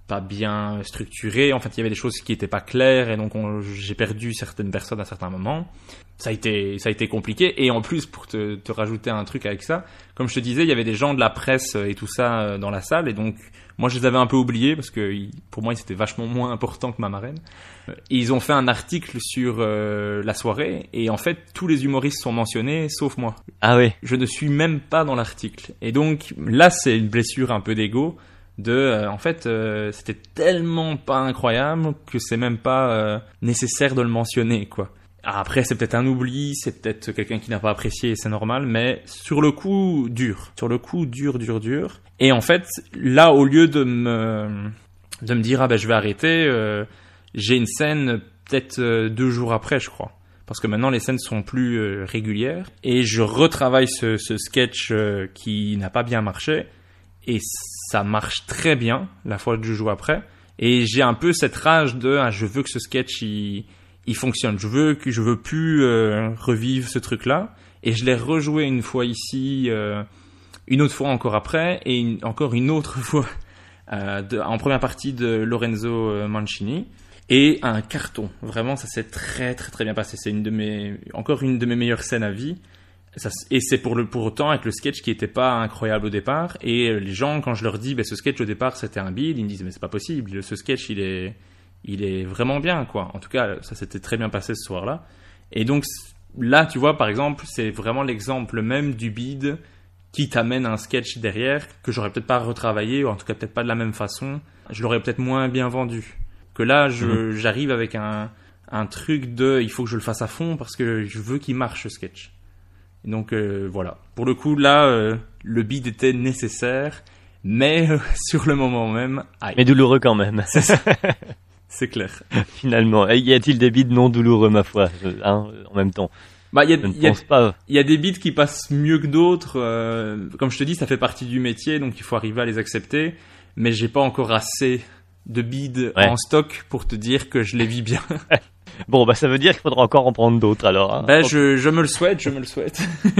pas bien structuré. En fait, il y avait des choses qui étaient pas claires et donc on, j'ai perdu certaines personnes à certains moments. Ça a été, ça a été compliqué. Et en plus, pour te, te rajouter un truc avec ça, comme je te disais, il y avait des gens de la presse et tout ça dans la salle et donc moi je les avais un peu oubliés parce que pour moi c'était vachement moins important que ma marraine. Et ils ont fait un article sur euh, la soirée et en fait tous les humoristes sont mentionnés sauf moi. Ah oui. Je ne suis même pas dans l'article. Et donc là c'est une blessure un peu d'ego. De euh, en fait euh, c'était tellement pas incroyable que c'est même pas euh, nécessaire de le mentionner quoi. Après c'est peut-être un oubli, c'est peut-être quelqu'un qui n'a pas apprécié, c'est normal, mais sur le coup dur, sur le coup dur dur dur. Et en fait là au lieu de me de me dire ah ben je vais arrêter, euh, j'ai une scène peut-être euh, deux jours après je crois. Parce que maintenant les scènes sont plus euh, régulières et je retravaille ce, ce sketch euh, qui n'a pas bien marché. Et ça marche très bien la fois que je joue après. Et j'ai un peu cette rage de ah, je veux que ce sketch il, il fonctionne. Je veux que je veux plus euh, revivre ce truc-là. Et je l'ai rejoué une fois ici, euh, une autre fois encore après, et une, encore une autre fois euh, de, en première partie de Lorenzo Mancini. Et un carton. Vraiment, ça s'est très très très bien passé. C'est une de mes encore une de mes meilleures scènes à vie. Ça, et c'est pour, le, pour autant avec le sketch qui était pas incroyable au départ. Et les gens, quand je leur dis, ben, ce sketch au départ c'était un bide, ils me disent, mais c'est pas possible, ce sketch il est, il est vraiment bien, quoi. En tout cas, ça s'était très bien passé ce soir-là. Et donc, là, tu vois, par exemple, c'est vraiment l'exemple même du bide qui t'amène un sketch derrière que j'aurais peut-être pas retravaillé, ou en tout cas peut-être pas de la même façon. Je l'aurais peut-être moins bien vendu. Que là, je, mmh. j'arrive avec un, un truc de, il faut que je le fasse à fond parce que je veux qu'il marche ce sketch. Donc euh, voilà, pour le coup là, euh, le bide était nécessaire, mais euh, sur le moment même, aïe. Mais douloureux quand même. C'est ça. C'est clair. Finalement, y a-t-il des bides non douloureux ma foi, hein, en même temps? Bah il y a, je ne y a, pense pas. Il y a des bides qui passent mieux que d'autres. Euh, comme je te dis, ça fait partie du métier, donc il faut arriver à les accepter. Mais j'ai pas encore assez de bides ouais. en stock pour te dire que je les vis bien. Bon, bah ça veut dire qu'il faudra encore en prendre d'autres alors. Hein. Ben je, je me le souhaite, je me le souhaite.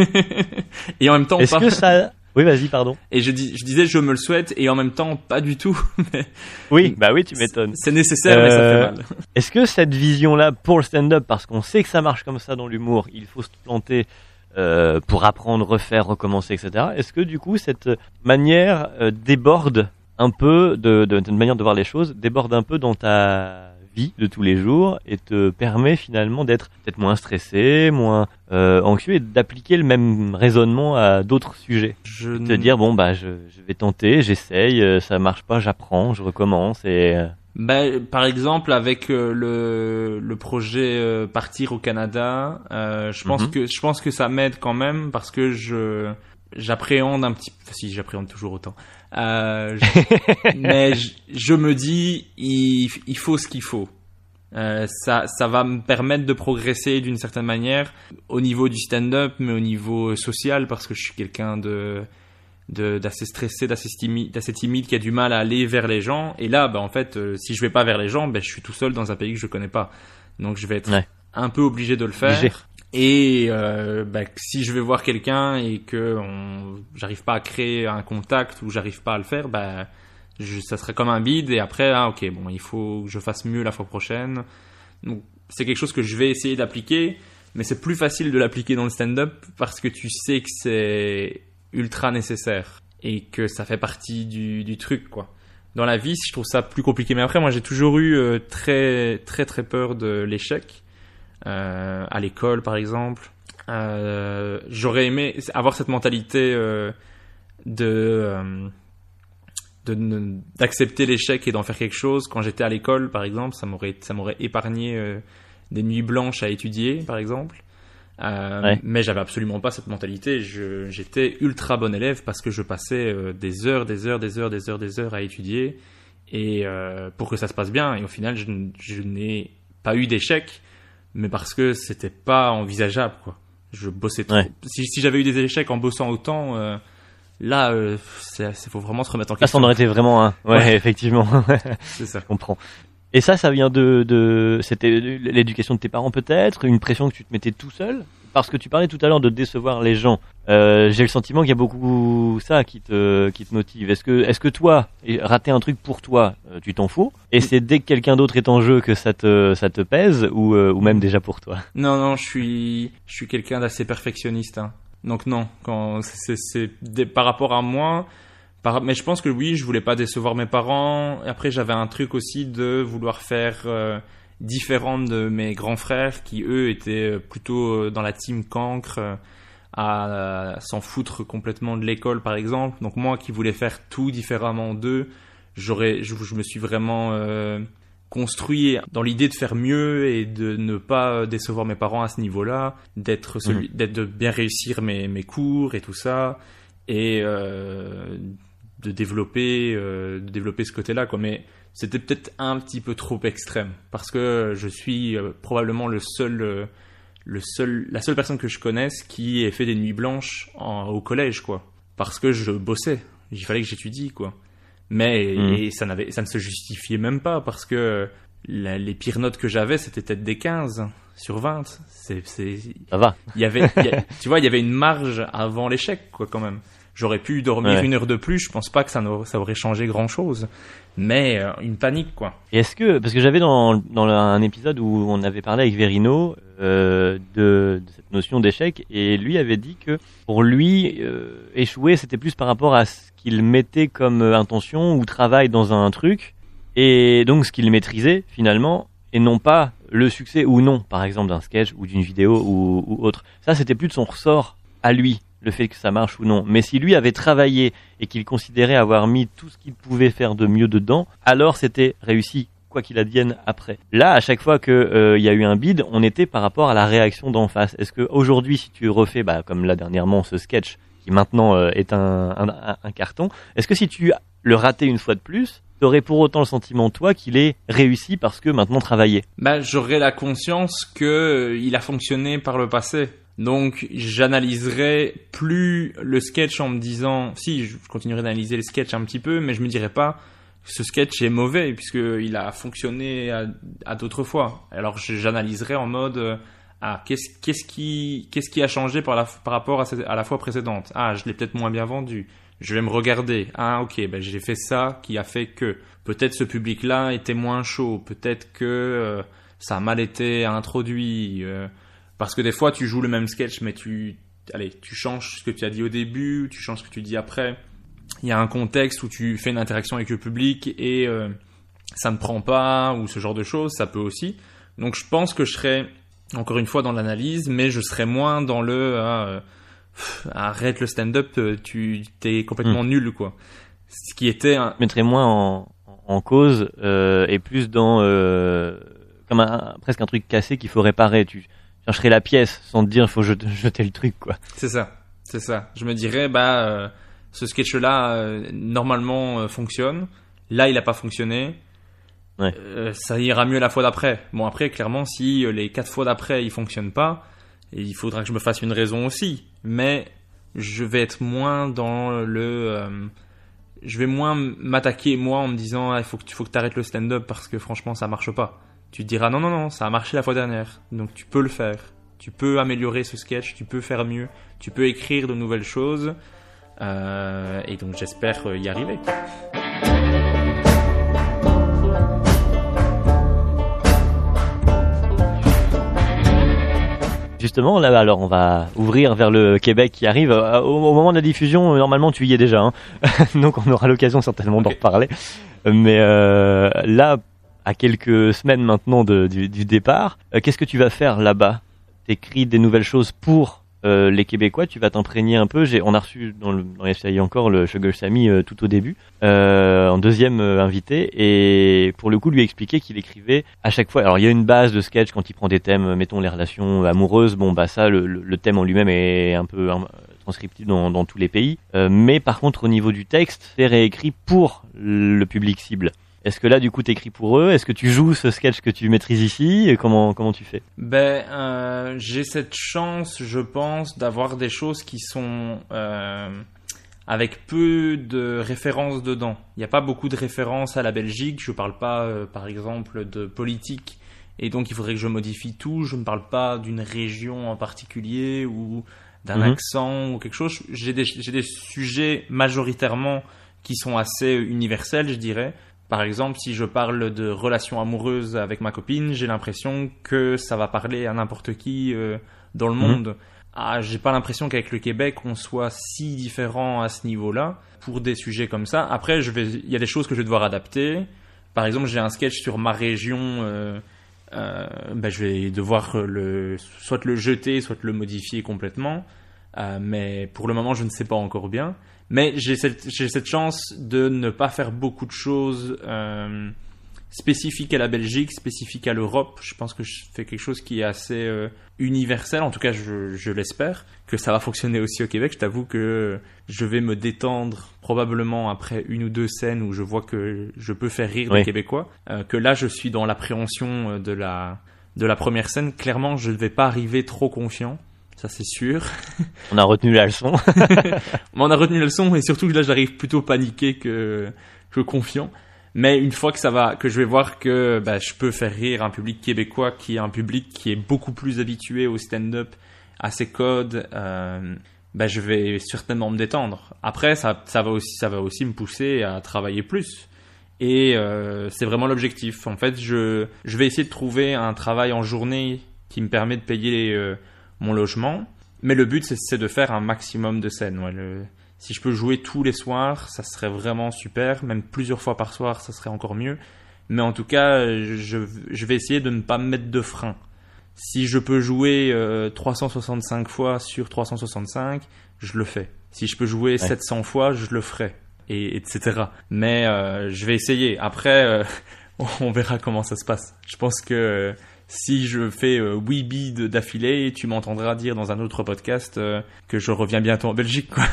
Et en même temps, est-ce pas... que ça... Oui, vas-y, pardon. Et je, dis, je disais je me le souhaite et en même temps pas du tout. Mais... Oui, bah oui, tu m'étonnes. C'est nécessaire, euh... mais ça fait mal. Est-ce que cette vision-là pour le stand-up, parce qu'on sait que ça marche comme ça dans l'humour, il faut se planter euh, pour apprendre, refaire, recommencer, et cetera. Est-ce que du coup cette manière euh, déborde un peu de, de, de manière de voir les choses, déborde un peu dans ta vie de tous les jours et te permet finalement d'être peut-être moins stressé, moins euh, anxieux et d'appliquer le même raisonnement à d'autres sujets. Je te n... dire bon bah je, je vais tenter, j'essaye, euh, ça marche pas, j'apprends, je recommence et euh... bah, par exemple avec euh, le le projet euh, partir au Canada, euh, je pense mm-hmm. que je pense que ça m'aide quand même parce que je j'appréhende un petit enfin, si j'appréhende toujours autant. Euh, je... mais je, je me dis il, il faut ce qu'il faut. Euh, ça, ça va me permettre de progresser d'une certaine manière au niveau du stand-up, mais au niveau social parce que je suis quelqu'un de, de d'assez stressé, d'assez timide, d'assez timide qui a du mal à aller vers les gens. Et là, bah en fait, euh, si je vais pas vers les gens, bah, je suis tout seul dans un pays que je connais pas, donc je vais être ouais. un peu obligé de le faire. Obligé. Et euh, bah, si je vais voir quelqu'un et que on, j'arrive pas à créer un contact ou j'arrive pas à le faire, bah, je, ça serait comme un bide. Et après, ah, ok, bon, il faut que je fasse mieux la fois prochaine. Donc, c'est quelque chose que je vais essayer d'appliquer, mais c'est plus facile de l'appliquer dans le stand-up parce que tu sais que c'est ultra nécessaire et que ça fait partie du, du truc, quoi. Dans la vie, je trouve ça plus compliqué. Mais après, moi, j'ai toujours eu euh, très, très, très peur de l'échec. Euh, à l'école par exemple euh, j'aurais aimé avoir cette mentalité euh, de, euh, de d'accepter l'échec et d'en faire quelque chose quand j'étais à l'école par exemple. Ça m'aurait ça m'aurait épargné euh, des nuits blanches à étudier par exemple. Euh, ouais. Mais j'avais absolument pas cette mentalité. Je, j'étais ultra bon élève parce que je passais euh, des heures des heures des heures des heures des heures à étudier et euh, pour que ça se passe bien. Et au final je, je n'ai pas eu d'échec, mais parce que c'était pas envisageable, quoi. Je bossais trop. Ouais. Si, si j'avais eu des échecs en bossant autant, euh, là, euh, c'est, c'est, faut vraiment se remettre en question. Ça en aurait été vraiment un. Ouais, ouais. Effectivement. C'est ça. Je comprends. Et ça, ça vient de, de, c'était l'éducation de tes parents peut-être, une pression que tu te mettais tout seul parce que tu parlais tout à l'heure de décevoir les gens. Euh, j'ai le sentiment qu'il y a beaucoup ça qui te qui te motive. Est-ce que est-ce que toi, rater un truc pour toi, tu t'en fous et c'est dès que quelqu'un d'autre est en jeu que ça te ça te pèse ou euh, ou même déjà pour toi? Non non, je suis je suis quelqu'un d'assez perfectionniste. Hein. Donc non, quand c'est c'est des, par rapport à moi. Par, mais je pense que oui, je voulais pas décevoir mes parents. Après, j'avais un truc aussi de vouloir faire euh, différent de mes grands frères qui, eux, étaient plutôt dans la team cancre, euh, à, à s'en foutre complètement de l'école, par exemple. Donc moi, qui voulais faire tout différemment d'eux, j'aurais, je, je me suis vraiment euh, construit dans l'idée de faire mieux et de ne pas décevoir mes parents à ce niveau-là, d'être celui, mmh. d'être de bien réussir mes, mes cours et tout ça, et euh, de développer euh, de développer ce côté-là quoi. Mais c'était peut-être un petit peu trop extrême parce que je suis euh, probablement le seul euh, le seul la seule personne que je connaisse qui ait fait des nuits blanches en, au collège quoi, parce que je bossais, il fallait que j'étudie quoi. Mais mmh. et ça n'avait ça ne se justifiait même pas parce que la, les pires notes que j'avais c'était peut-être des quinze sur vingt. C'est c'est ça va. Il y avait il y a, tu vois, il y avait une marge avant l'échec quoi quand même. J'aurais pu dormir ouais. une heure de plus, je pense pas que ça, ça aurait changé grand chose. Mais euh, une panique, quoi. Et est-ce que, parce que j'avais dans, dans un épisode où on avait parlé avec Verino euh, de, de cette notion d'échec, et lui avait dit que pour lui, euh, échouer, c'était plus par rapport à ce qu'il mettait comme intention ou travail dans un truc, et donc ce qu'il maîtrisait finalement, et non pas le succès ou non, par exemple d'un sketch ou d'une vidéo ou, ou autre. Ça, c'était plus de son ressort à lui, le fait que ça marche ou non. Mais si lui avait travaillé et qu'il considérait avoir mis tout ce qu'il pouvait faire de mieux dedans, alors c'était réussi, quoi qu'il advienne après. Là, à chaque fois qu'il euh, y a eu un bide, on était par rapport à la réaction d'en face. Est-ce qu'aujourd'hui, si tu refais, bah, comme là dernièrement, ce sketch, qui maintenant euh, est un, un, un carton, est-ce que si tu le ratais une fois de plus, tu aurais pour autant le sentiment, toi, qu'il est réussi parce que maintenant travaillé? Bah, j'aurais la conscience qu'il euh, a fonctionné par le passé. Donc, j'analyserai plus le sketch en me disant, si, je continuerai d'analyser le sketch un petit peu, mais je me dirais pas, ce sketch est mauvais, puisqu'il a fonctionné à, à d'autres fois. Alors, j'analyserai en mode, ah, qu'est-ce, qu'est-ce qui, qu'est-ce qui a changé par, la, par rapport à, cette, à la fois précédente? Ah, je l'ai peut-être moins bien vendu. Je vais me regarder. Ah, ok, ben, j'ai fait ça qui a fait que, peut-être ce public-là était moins chaud, peut-être que euh, ça a mal été introduit, euh, parce que des fois, tu joues le même sketch, mais tu, allez, tu changes ce que tu as dit au début, tu changes ce que tu dis après. Il y a un contexte où tu fais une interaction avec le public et euh, ça ne prend pas, ou ce genre de choses, ça peut aussi. Donc, je pense que je serais, encore une fois, dans l'analyse, mais je serais moins dans le euh, pff, arrête le stand-up, tu t'es complètement mmh. nul, quoi. Ce qui était un... Je mettrais moins en, en cause euh, et plus dans euh, comme un, presque un truc cassé qu'il faut réparer. Tu chercherais la pièce sans te dire il faut jeter, jeter le truc quoi. C'est ça, c'est ça. Je me dirais bah euh, ce sketch là euh, normalement euh, fonctionne. Là il a pas fonctionné. Ouais. Euh, ça ira mieux la fois d'après. Bon après clairement si euh, les quatre fois d'après il fonctionne pas, il faudra que je me fasse une raison aussi. Mais je vais être moins dans le euh, je vais moins m'attaquer moi en me disant ah, il faut que tu faut que t'arrêtes le stand-up parce que franchement ça marche pas. Tu te diras non, non, non, ça a marché la fois dernière, donc tu peux le faire. Tu peux améliorer ce sketch, tu peux faire mieux, tu peux écrire de nouvelles choses, euh, et donc j'espère y arriver. Justement, là, alors on va ouvrir vers le Québec qui arrive. Au, au moment de la diffusion, normalement tu y es déjà, hein. Donc on aura l'occasion certainement okay. d'en reparler. Mais euh, là... à quelques semaines maintenant de, du, du départ, euh, qu'est-ce que tu vas faire là-bas? T'écris des nouvelles choses pour euh, les Québécois, tu vas t'imprégner un peu. J'ai, on a reçu dans le dans F C I encore le Sugar Sammy euh, tout au début, euh, en deuxième euh, invité, et pour le coup lui expliquer qu'il écrivait à chaque fois. Alors il y a une base de sketch quand il prend des thèmes, mettons les relations amoureuses. Bon bah ça, le, le thème en lui-même est un peu un, transcriptif dans, dans tous les pays, euh, mais par contre au niveau du texte, c'est réécrit pour le public cible. Est-ce que là, du coup, t'écris pour eux? Est-ce que tu joues ce sketch que tu maîtrises ici? Et comment comment tu fais? Ben, euh, j'ai cette chance, je pense, d'avoir des choses qui sont euh, avec peu de références dedans. Il n'y a pas beaucoup de références à la Belgique. Je parle pas, euh, par exemple, de politique Et donc, il faudrait que je modifie tout. Je ne parle pas d'une région en particulier ou d'un Mhm. accent ou quelque chose. J'ai des, j'ai des sujets majoritairement qui sont assez universels, je dirais. Par exemple, si je parle de relations amoureuses avec ma copine, j'ai l'impression que ça va parler à n'importe qui euh, dans le Mhm. monde. Ah, j'ai pas l'impression qu'avec le Québec, on soit si différent à ce niveau-là pour des sujets comme ça. Après, je vais, il y a des choses que je vais devoir adapter. Par exemple, j'ai un sketch sur ma région. Euh, euh, ben, je vais devoir le, soit le jeter, soit le modifier complètement. Euh, mais pour le moment, je ne sais pas encore bien. Mais j'ai cette, j'ai cette chance de ne pas faire beaucoup de choses euh, spécifiques à la Belgique, spécifiques à l'Europe. Je pense que je fais quelque chose qui est assez euh, universel. En tout cas, je, je l'espère que ça va fonctionner aussi au Québec. Je t'avoue que je vais me détendre probablement après une ou deux scènes où je vois que je peux faire rire Oui. les Québécois. Euh, que là, je suis dans l'appréhension de la, de la première scène. Clairement, je ne vais pas arriver trop confiant. Ça, c'est sûr. On a retenu la leçon. Mais on a retenu la leçon et surtout que là, j'arrive plutôt paniqué que, que confiant. Mais une fois que ça va, que je vais voir que bah, je peux faire rire un public québécois qui est un public qui est beaucoup plus habitué au stand-up, à ses codes, euh, bah, je vais certainement me détendre. Après, ça, ça va aussi, ça va aussi me pousser à travailler plus. Et euh, c'est vraiment l'objectif. En fait, je, je vais essayer de trouver un travail en journée qui me permet de payer euh, mon logement. Mais le but, c'est, c'est de faire un maximum de scènes. Ouais, le, si je peux jouer tous les soirs, ça serait vraiment super. Même plusieurs fois par soir, ça serait encore mieux. Mais en tout cas, je, je vais essayer de ne pas me mettre de frein. Si je peux jouer euh, trois cent soixante-cinq fois sur trois cent soixante-cinq, je le fais. Si je peux jouer ouais. sept cents fois, je le ferai. Et, etc. Mais euh, je vais essayer. Après, euh, on verra comment ça se passe. Je pense que euh, si je fais euh, huit bides d'affilée, tu m'entendras dire dans un autre podcast euh, que je reviens bientôt en Belgique, quoi.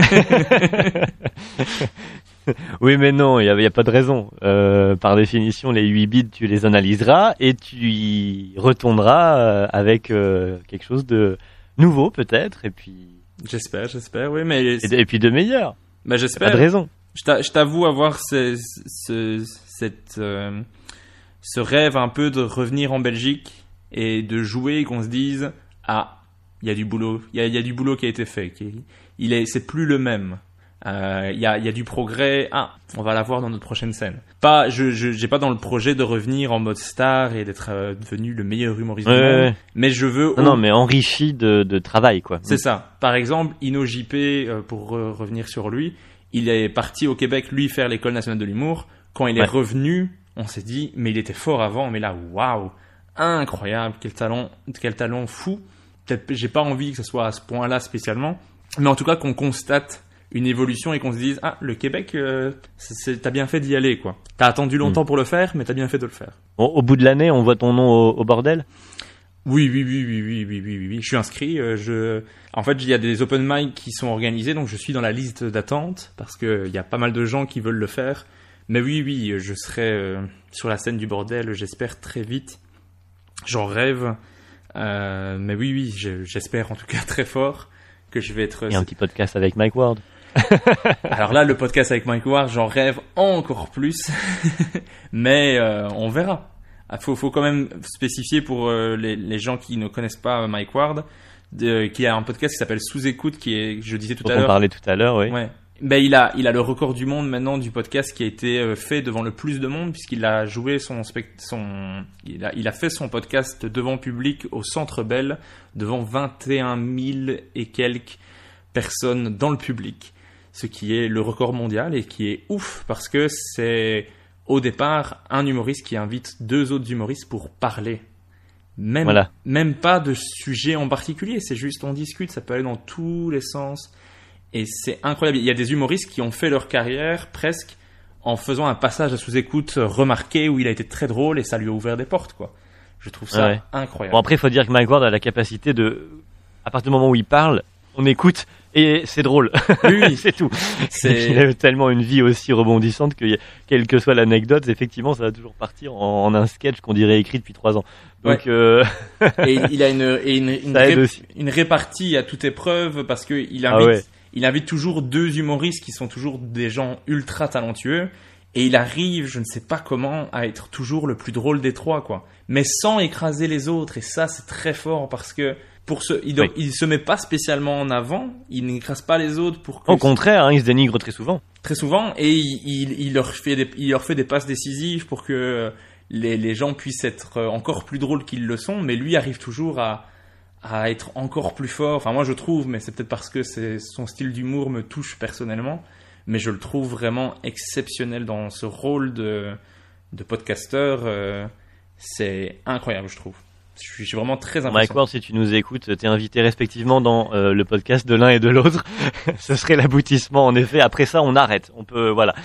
Oui, mais non, il n'y a, y a pas de raison. Euh, par définition, les huit bides, tu les analyseras et tu y retourneras euh, avec euh, quelque chose de nouveau, peut-être, et puis... J'espère, j'espère, oui, mais... Et, et puis de meilleur. Bah, j'espère. Pas de raison. Je t'avoue avoir ce, ce, cette, euh, ce rêve un peu de revenir en Belgique et de jouer et qu'on se dise « Ah, il y a du boulot, il y a, y a du boulot qui a été fait. Qui, il est, c'est plus le même. Il euh, y, a, y a du progrès. Ah, on va l'avoir dans notre prochaine scène. » Pas, je, je, j'ai pas dans le projet de revenir en mode star et d'être euh, devenu le meilleur humoriste ouais, du monde. Ouais. Mais je veux... Non, non, mais enrichi de, de travail, quoi. C'est ça. Par exemple, Ino J P, euh, pour re- revenir sur lui, il est parti au Québec, lui, faire l'École nationale de l'humour. Quand il est ouais. revenu, on s'est dit, mais il était fort avant, mais là, waouh, incroyable, quel talent, quel talent fou. Peut-être, j'ai pas envie que ce soit à ce point-là spécialement, mais en tout cas qu'on constate une évolution et qu'on se dise, ah, le Québec, euh, c'est, c'est, t'as bien fait d'y aller, quoi. T'as attendu longtemps mmh. pour le faire, mais t'as bien fait de le faire. Au, au bout de l'année, on voit ton nom au, au bordel ? Oui, oui, oui, oui, oui, oui, oui, oui, oui. Je suis inscrit. Euh, je, en fait, il y a des open mic qui sont organisés, donc je suis dans la liste d'attente parce que il y a pas mal de gens qui veulent le faire. Mais oui, oui, je serai euh, sur la scène du bordel, j'espère très vite. J'en rêve. Euh, mais oui, oui, je, j'espère en tout cas très fort que je vais être. Et un petit podcast avec Mike Ward. Alors là, le podcast avec Mike Ward, j'en rêve encore plus. Mais euh, on verra. Il faut, faut quand même spécifier pour euh, les, les gens qui ne connaissent pas Mike Ward, de, qui a un podcast qui s'appelle Sous-Écoute, qui est, je disais tout Donc à l'heure. On parlait tout à l'heure, oui. Ouais. Ben il a, il a le record du monde maintenant du podcast qui a été euh, fait devant le plus de monde puisqu'il a joué son spect, son, il a, il a fait son podcast devant public au Centre Bell devant vingt et un mille et quelques personnes dans le public, ce qui est le record mondial et qui est ouf parce que c'est au départ, un humoriste qui invite deux autres humoristes pour parler. Même, voilà. même pas de sujet en particulier, c'est juste on discute, ça peut aller dans tous les sens. Et c'est incroyable. Il y a des humoristes qui ont fait leur carrière presque en faisant un passage à sous-écoute remarqué où il a été très drôle et ça lui a ouvert des portes, quoi. Je trouve ça ouais. incroyable. Bon, après, il faut dire que Mike Ward a la capacité de, à partir du moment où il parle, on écoute et c'est drôle. Oui, oui. C'est tout. C'est... Il a tellement une vie aussi rebondissante que, quelle que soit l'anecdote, effectivement, ça va toujours partir en, en un sketch qu'on dirait écrit depuis trois ans. Donc, ouais. euh... et il a une, et une, une, ré... une répartie à toute épreuve parce que il invite, ah ouais. il invite toujours deux humoristes qui sont toujours des gens ultra talentueux Et il arrive, je ne sais pas comment, à être toujours le plus drôle des trois, quoi. Mais sans écraser les autres. Et ça, c'est très fort parce que pour ce, il, oui. il se met pas spécialement en avant. Il n'écrase pas les autres pour que. Au contraire, hein, il se dénigre très souvent. Très souvent. Et il, il, il leur fait des, il leur fait des passes décisives pour que les, les gens puissent être encore plus drôles qu'ils le sont. Mais lui arrive toujours à, à être encore plus fort. Enfin, moi, je trouve, mais c'est peut-être parce que c'est, son style d'humour me touche personnellement. Mais je le trouve vraiment exceptionnel dans ce rôle de, de podcasteur. Euh, c'est incroyable, je trouve. Je suis, je suis vraiment très impressionné. Mike Ward, si tu nous écoutes, t'es invité respectivement dans euh, le podcast de l'un et de l'autre. Ce serait l'aboutissement, en effet. Après ça, on arrête. On peut, voilà.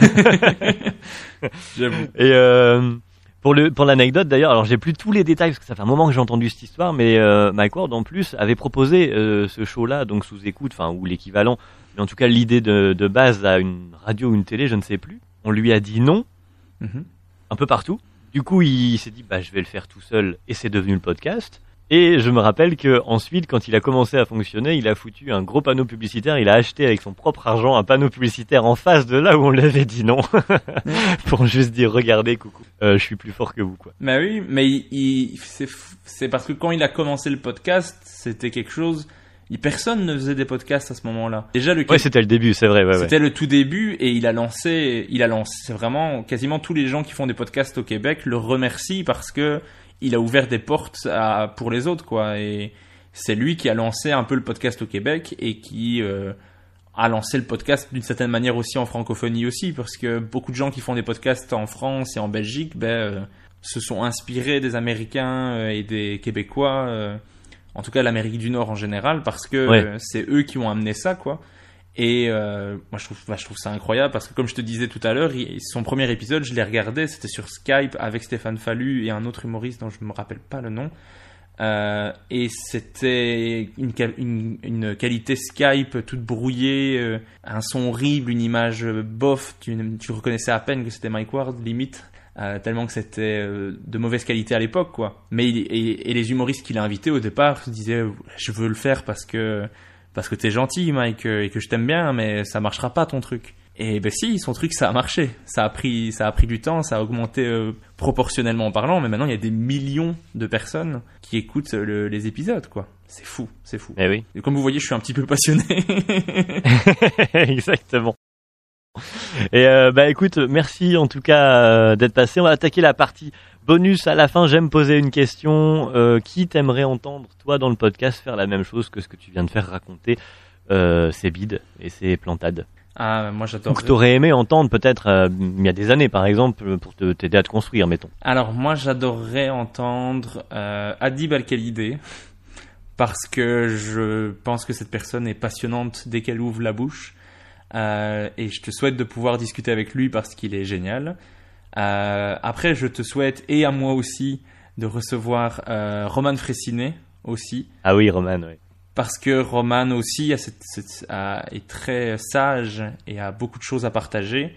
J'avoue. Et euh, pour le pour l'anecdote d'ailleurs, alors j'ai plus tous les détails parce que ça fait un moment que j'ai entendu cette histoire, mais euh, Mike Ward en plus avait proposé euh, ce show-là, donc sous écoute, enfin ou l'équivalent. Mais en tout cas, l'idée de, de base à une radio ou une télé, je ne sais plus. On lui a dit non, mm-hmm. un peu partout. Du coup, il s'est dit, bah, je vais le faire tout seul, et c'est devenu le podcast. Et je me rappelle que ensuite, quand il a commencé à fonctionner, il a foutu un gros panneau publicitaire. Il a acheté avec son propre argent un panneau publicitaire en face de là où on lui avait dit non, pour juste dire, regardez, coucou, euh, je suis plus fort que vous, quoi. Mais oui, mais il, il, c'est, c'est parce que quand il a commencé le podcast, c'était quelque chose. Personne ne faisait des podcasts à ce moment-là. Déjà le ouais, c'était le début, c'est vrai. Ouais, c'était ouais. le tout début et il a lancé, il a lancé vraiment quasiment tous les gens qui font des podcasts au Québec le remercient parce que il a ouvert des portes à, pour les autres, quoi. Et c'est lui qui a lancé un peu le podcast au Québec et qui euh, a lancé le podcast d'une certaine manière aussi en francophonie aussi, parce que beaucoup de gens qui font des podcasts en France et en Belgique, ben euh, se sont inspirés des Américains euh, et des Québécois. Euh, En tout cas, l'Amérique du Nord en général, parce que ouais. euh, c'est eux qui ont amené ça, quoi. Et euh, moi, je trouve, bah, je trouve ça incroyable parce que, comme je te disais tout à l'heure, il, son premier épisode, je l'ai regardé, c'était sur Skype avec Stéphane Fallu et un autre humoriste dont je ne me rappelle pas le nom. Euh, et c'était une, une, une qualité Skype toute brouillée, euh, un son horrible, une image bof. Tu, tu reconnaissais à peine que c'était Mike Ward, limite. Euh, tellement que c'était euh, de mauvaise qualité à l'époque, quoi. Mais il, et, et les humoristes qu'il a invités au départ se disaient je veux le faire parce que parce que t'es gentil, Mike, et que je t'aime bien, mais ça marchera pas ton truc. Et ben si, son truc ça a marché. Ça a pris ça a pris du temps, ça a augmenté euh, proportionnellement parlant, mais maintenant il y a des millions de personnes qui écoutent le, les épisodes, quoi. C'est fou, c'est fou. Eh oui. Et comme vous voyez, je suis un petit peu passionné. Exactement. Et euh, bah écoute, merci en tout cas euh, d'être passé. On va attaquer la partie bonus à la fin. J'aime poser une question. Euh, qui t'aimerait entendre, toi, dans le podcast, faire la même chose que ce que tu viens de faire raconter euh, ses bides et ses plantades? Ah, moi j'adore. Ou que t'aurais aimé entendre peut-être euh, il y a des années, par exemple, pour te, t'aider à te construire, mettons. Alors moi j'adorerais entendre euh, Adib Al-Khalidé, parce que je pense que cette personne est passionnante dès qu'elle ouvre la bouche. Euh, et je te souhaite de pouvoir discuter avec lui parce qu'il est génial. Euh, après, je te souhaite, et à moi aussi, de recevoir euh, Roman Fressinet aussi. Ah oui, Roman, oui. Parce que Roman aussi a cette, cette, a, est très sage et a beaucoup de choses à partager.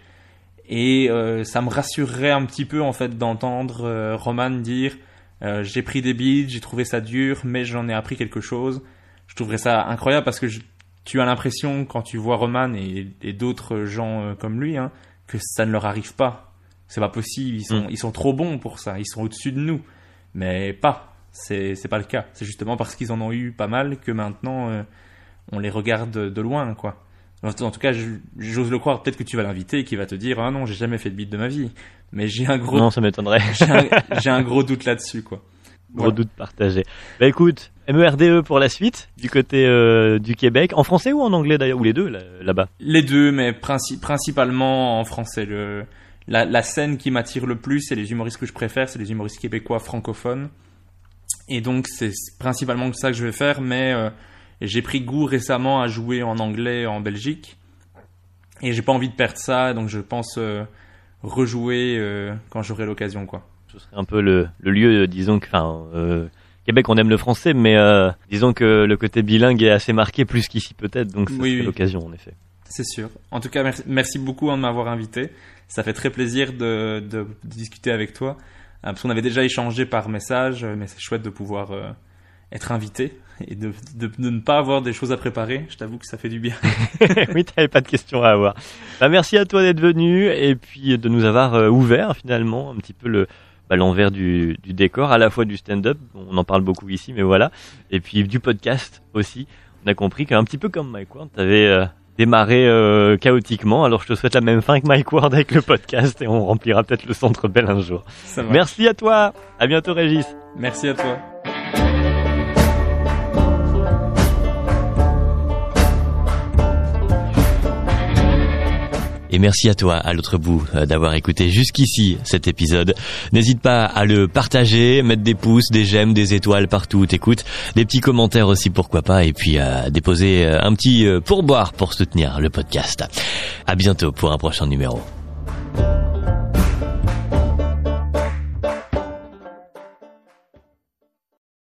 Et euh, ça me rassurerait un petit peu en fait d'entendre euh, Roman dire euh, j'ai pris des bides, j'ai trouvé ça dur, mais j'en ai appris quelque chose. Je trouverais ça incroyable parce que je, tu as l'impression, quand tu vois Roman et, et d'autres gens euh, comme lui, hein, que ça ne leur arrive pas. C'est pas possible, ils sont, mmh. ils sont trop bons pour ça, ils sont au-dessus de nous. Mais pas, c'est, c'est pas le cas. C'est justement parce qu'ils en ont eu pas mal que maintenant, euh, on les regarde de loin, quoi. En tout cas, j'ose le croire, peut-être que tu vas l'inviter et qu'il va te dire « Ah non, j'ai jamais fait de beat de ma vie. » Mais j'ai un gros... Non, ça m'étonnerait. j'ai, un, j'ai un gros doute là-dessus, quoi. Gros voilà. doute partagé. Bah écoute, M E R D E pour la suite, du côté euh, du Québec. En français ou en anglais d'ailleurs, ou les deux là, là-bas? Les deux, mais princi- principalement en français. Le, la, la scène qui m'attire le plus, et les humoristes que je préfère, c'est les humoristes québécois francophones. Et donc, c'est principalement ça que je vais faire, mais... Euh, Et j'ai pris goût récemment à jouer en anglais en Belgique. Et j'ai pas envie de perdre ça, donc je pense euh, rejouer euh, quand j'aurai l'occasion, quoi. Ce serait un peu le, le lieu, disons que... Enfin, euh, Québec, on aime le français, mais euh, disons que le côté bilingue est assez marqué, plus qu'ici peut-être, donc ça oui, serait oui. l'occasion, en effet. C'est sûr. En tout cas, merci, merci beaucoup hein, de m'avoir invité. Ça fait très plaisir de, de, de discuter avec toi. Euh, parce qu'on avait déjà échangé par message, mais c'est chouette de pouvoir... Euh, être invité et de, de, de ne pas avoir des choses à préparer. Je t'avoue que ça fait du bien. Oui, t'avais pas de questions à avoir. Bah, merci à toi d'être venu et puis de nous avoir euh, ouvert finalement un petit peu le bah, l'envers du, du décor, à la fois du stand-up, on en parle beaucoup ici, mais voilà, et puis du podcast aussi. On a compris qu'un petit peu comme Mike Ward, t'avais euh, démarré euh, chaotiquement, alors je te souhaite la même fin que Mike Ward avec le podcast et on remplira peut-être le Centre Bell un jour. Merci à toi, à bientôt Régis. Merci à toi. Et merci à toi, à l'autre bout, d'avoir écouté jusqu'ici cet épisode. N'hésite pas à le partager, mettre des pouces, des j'aime, des étoiles partout où t'écoutes, des petits commentaires aussi, pourquoi pas, et puis à déposer un petit pourboire pour soutenir le podcast. À bientôt pour un prochain numéro.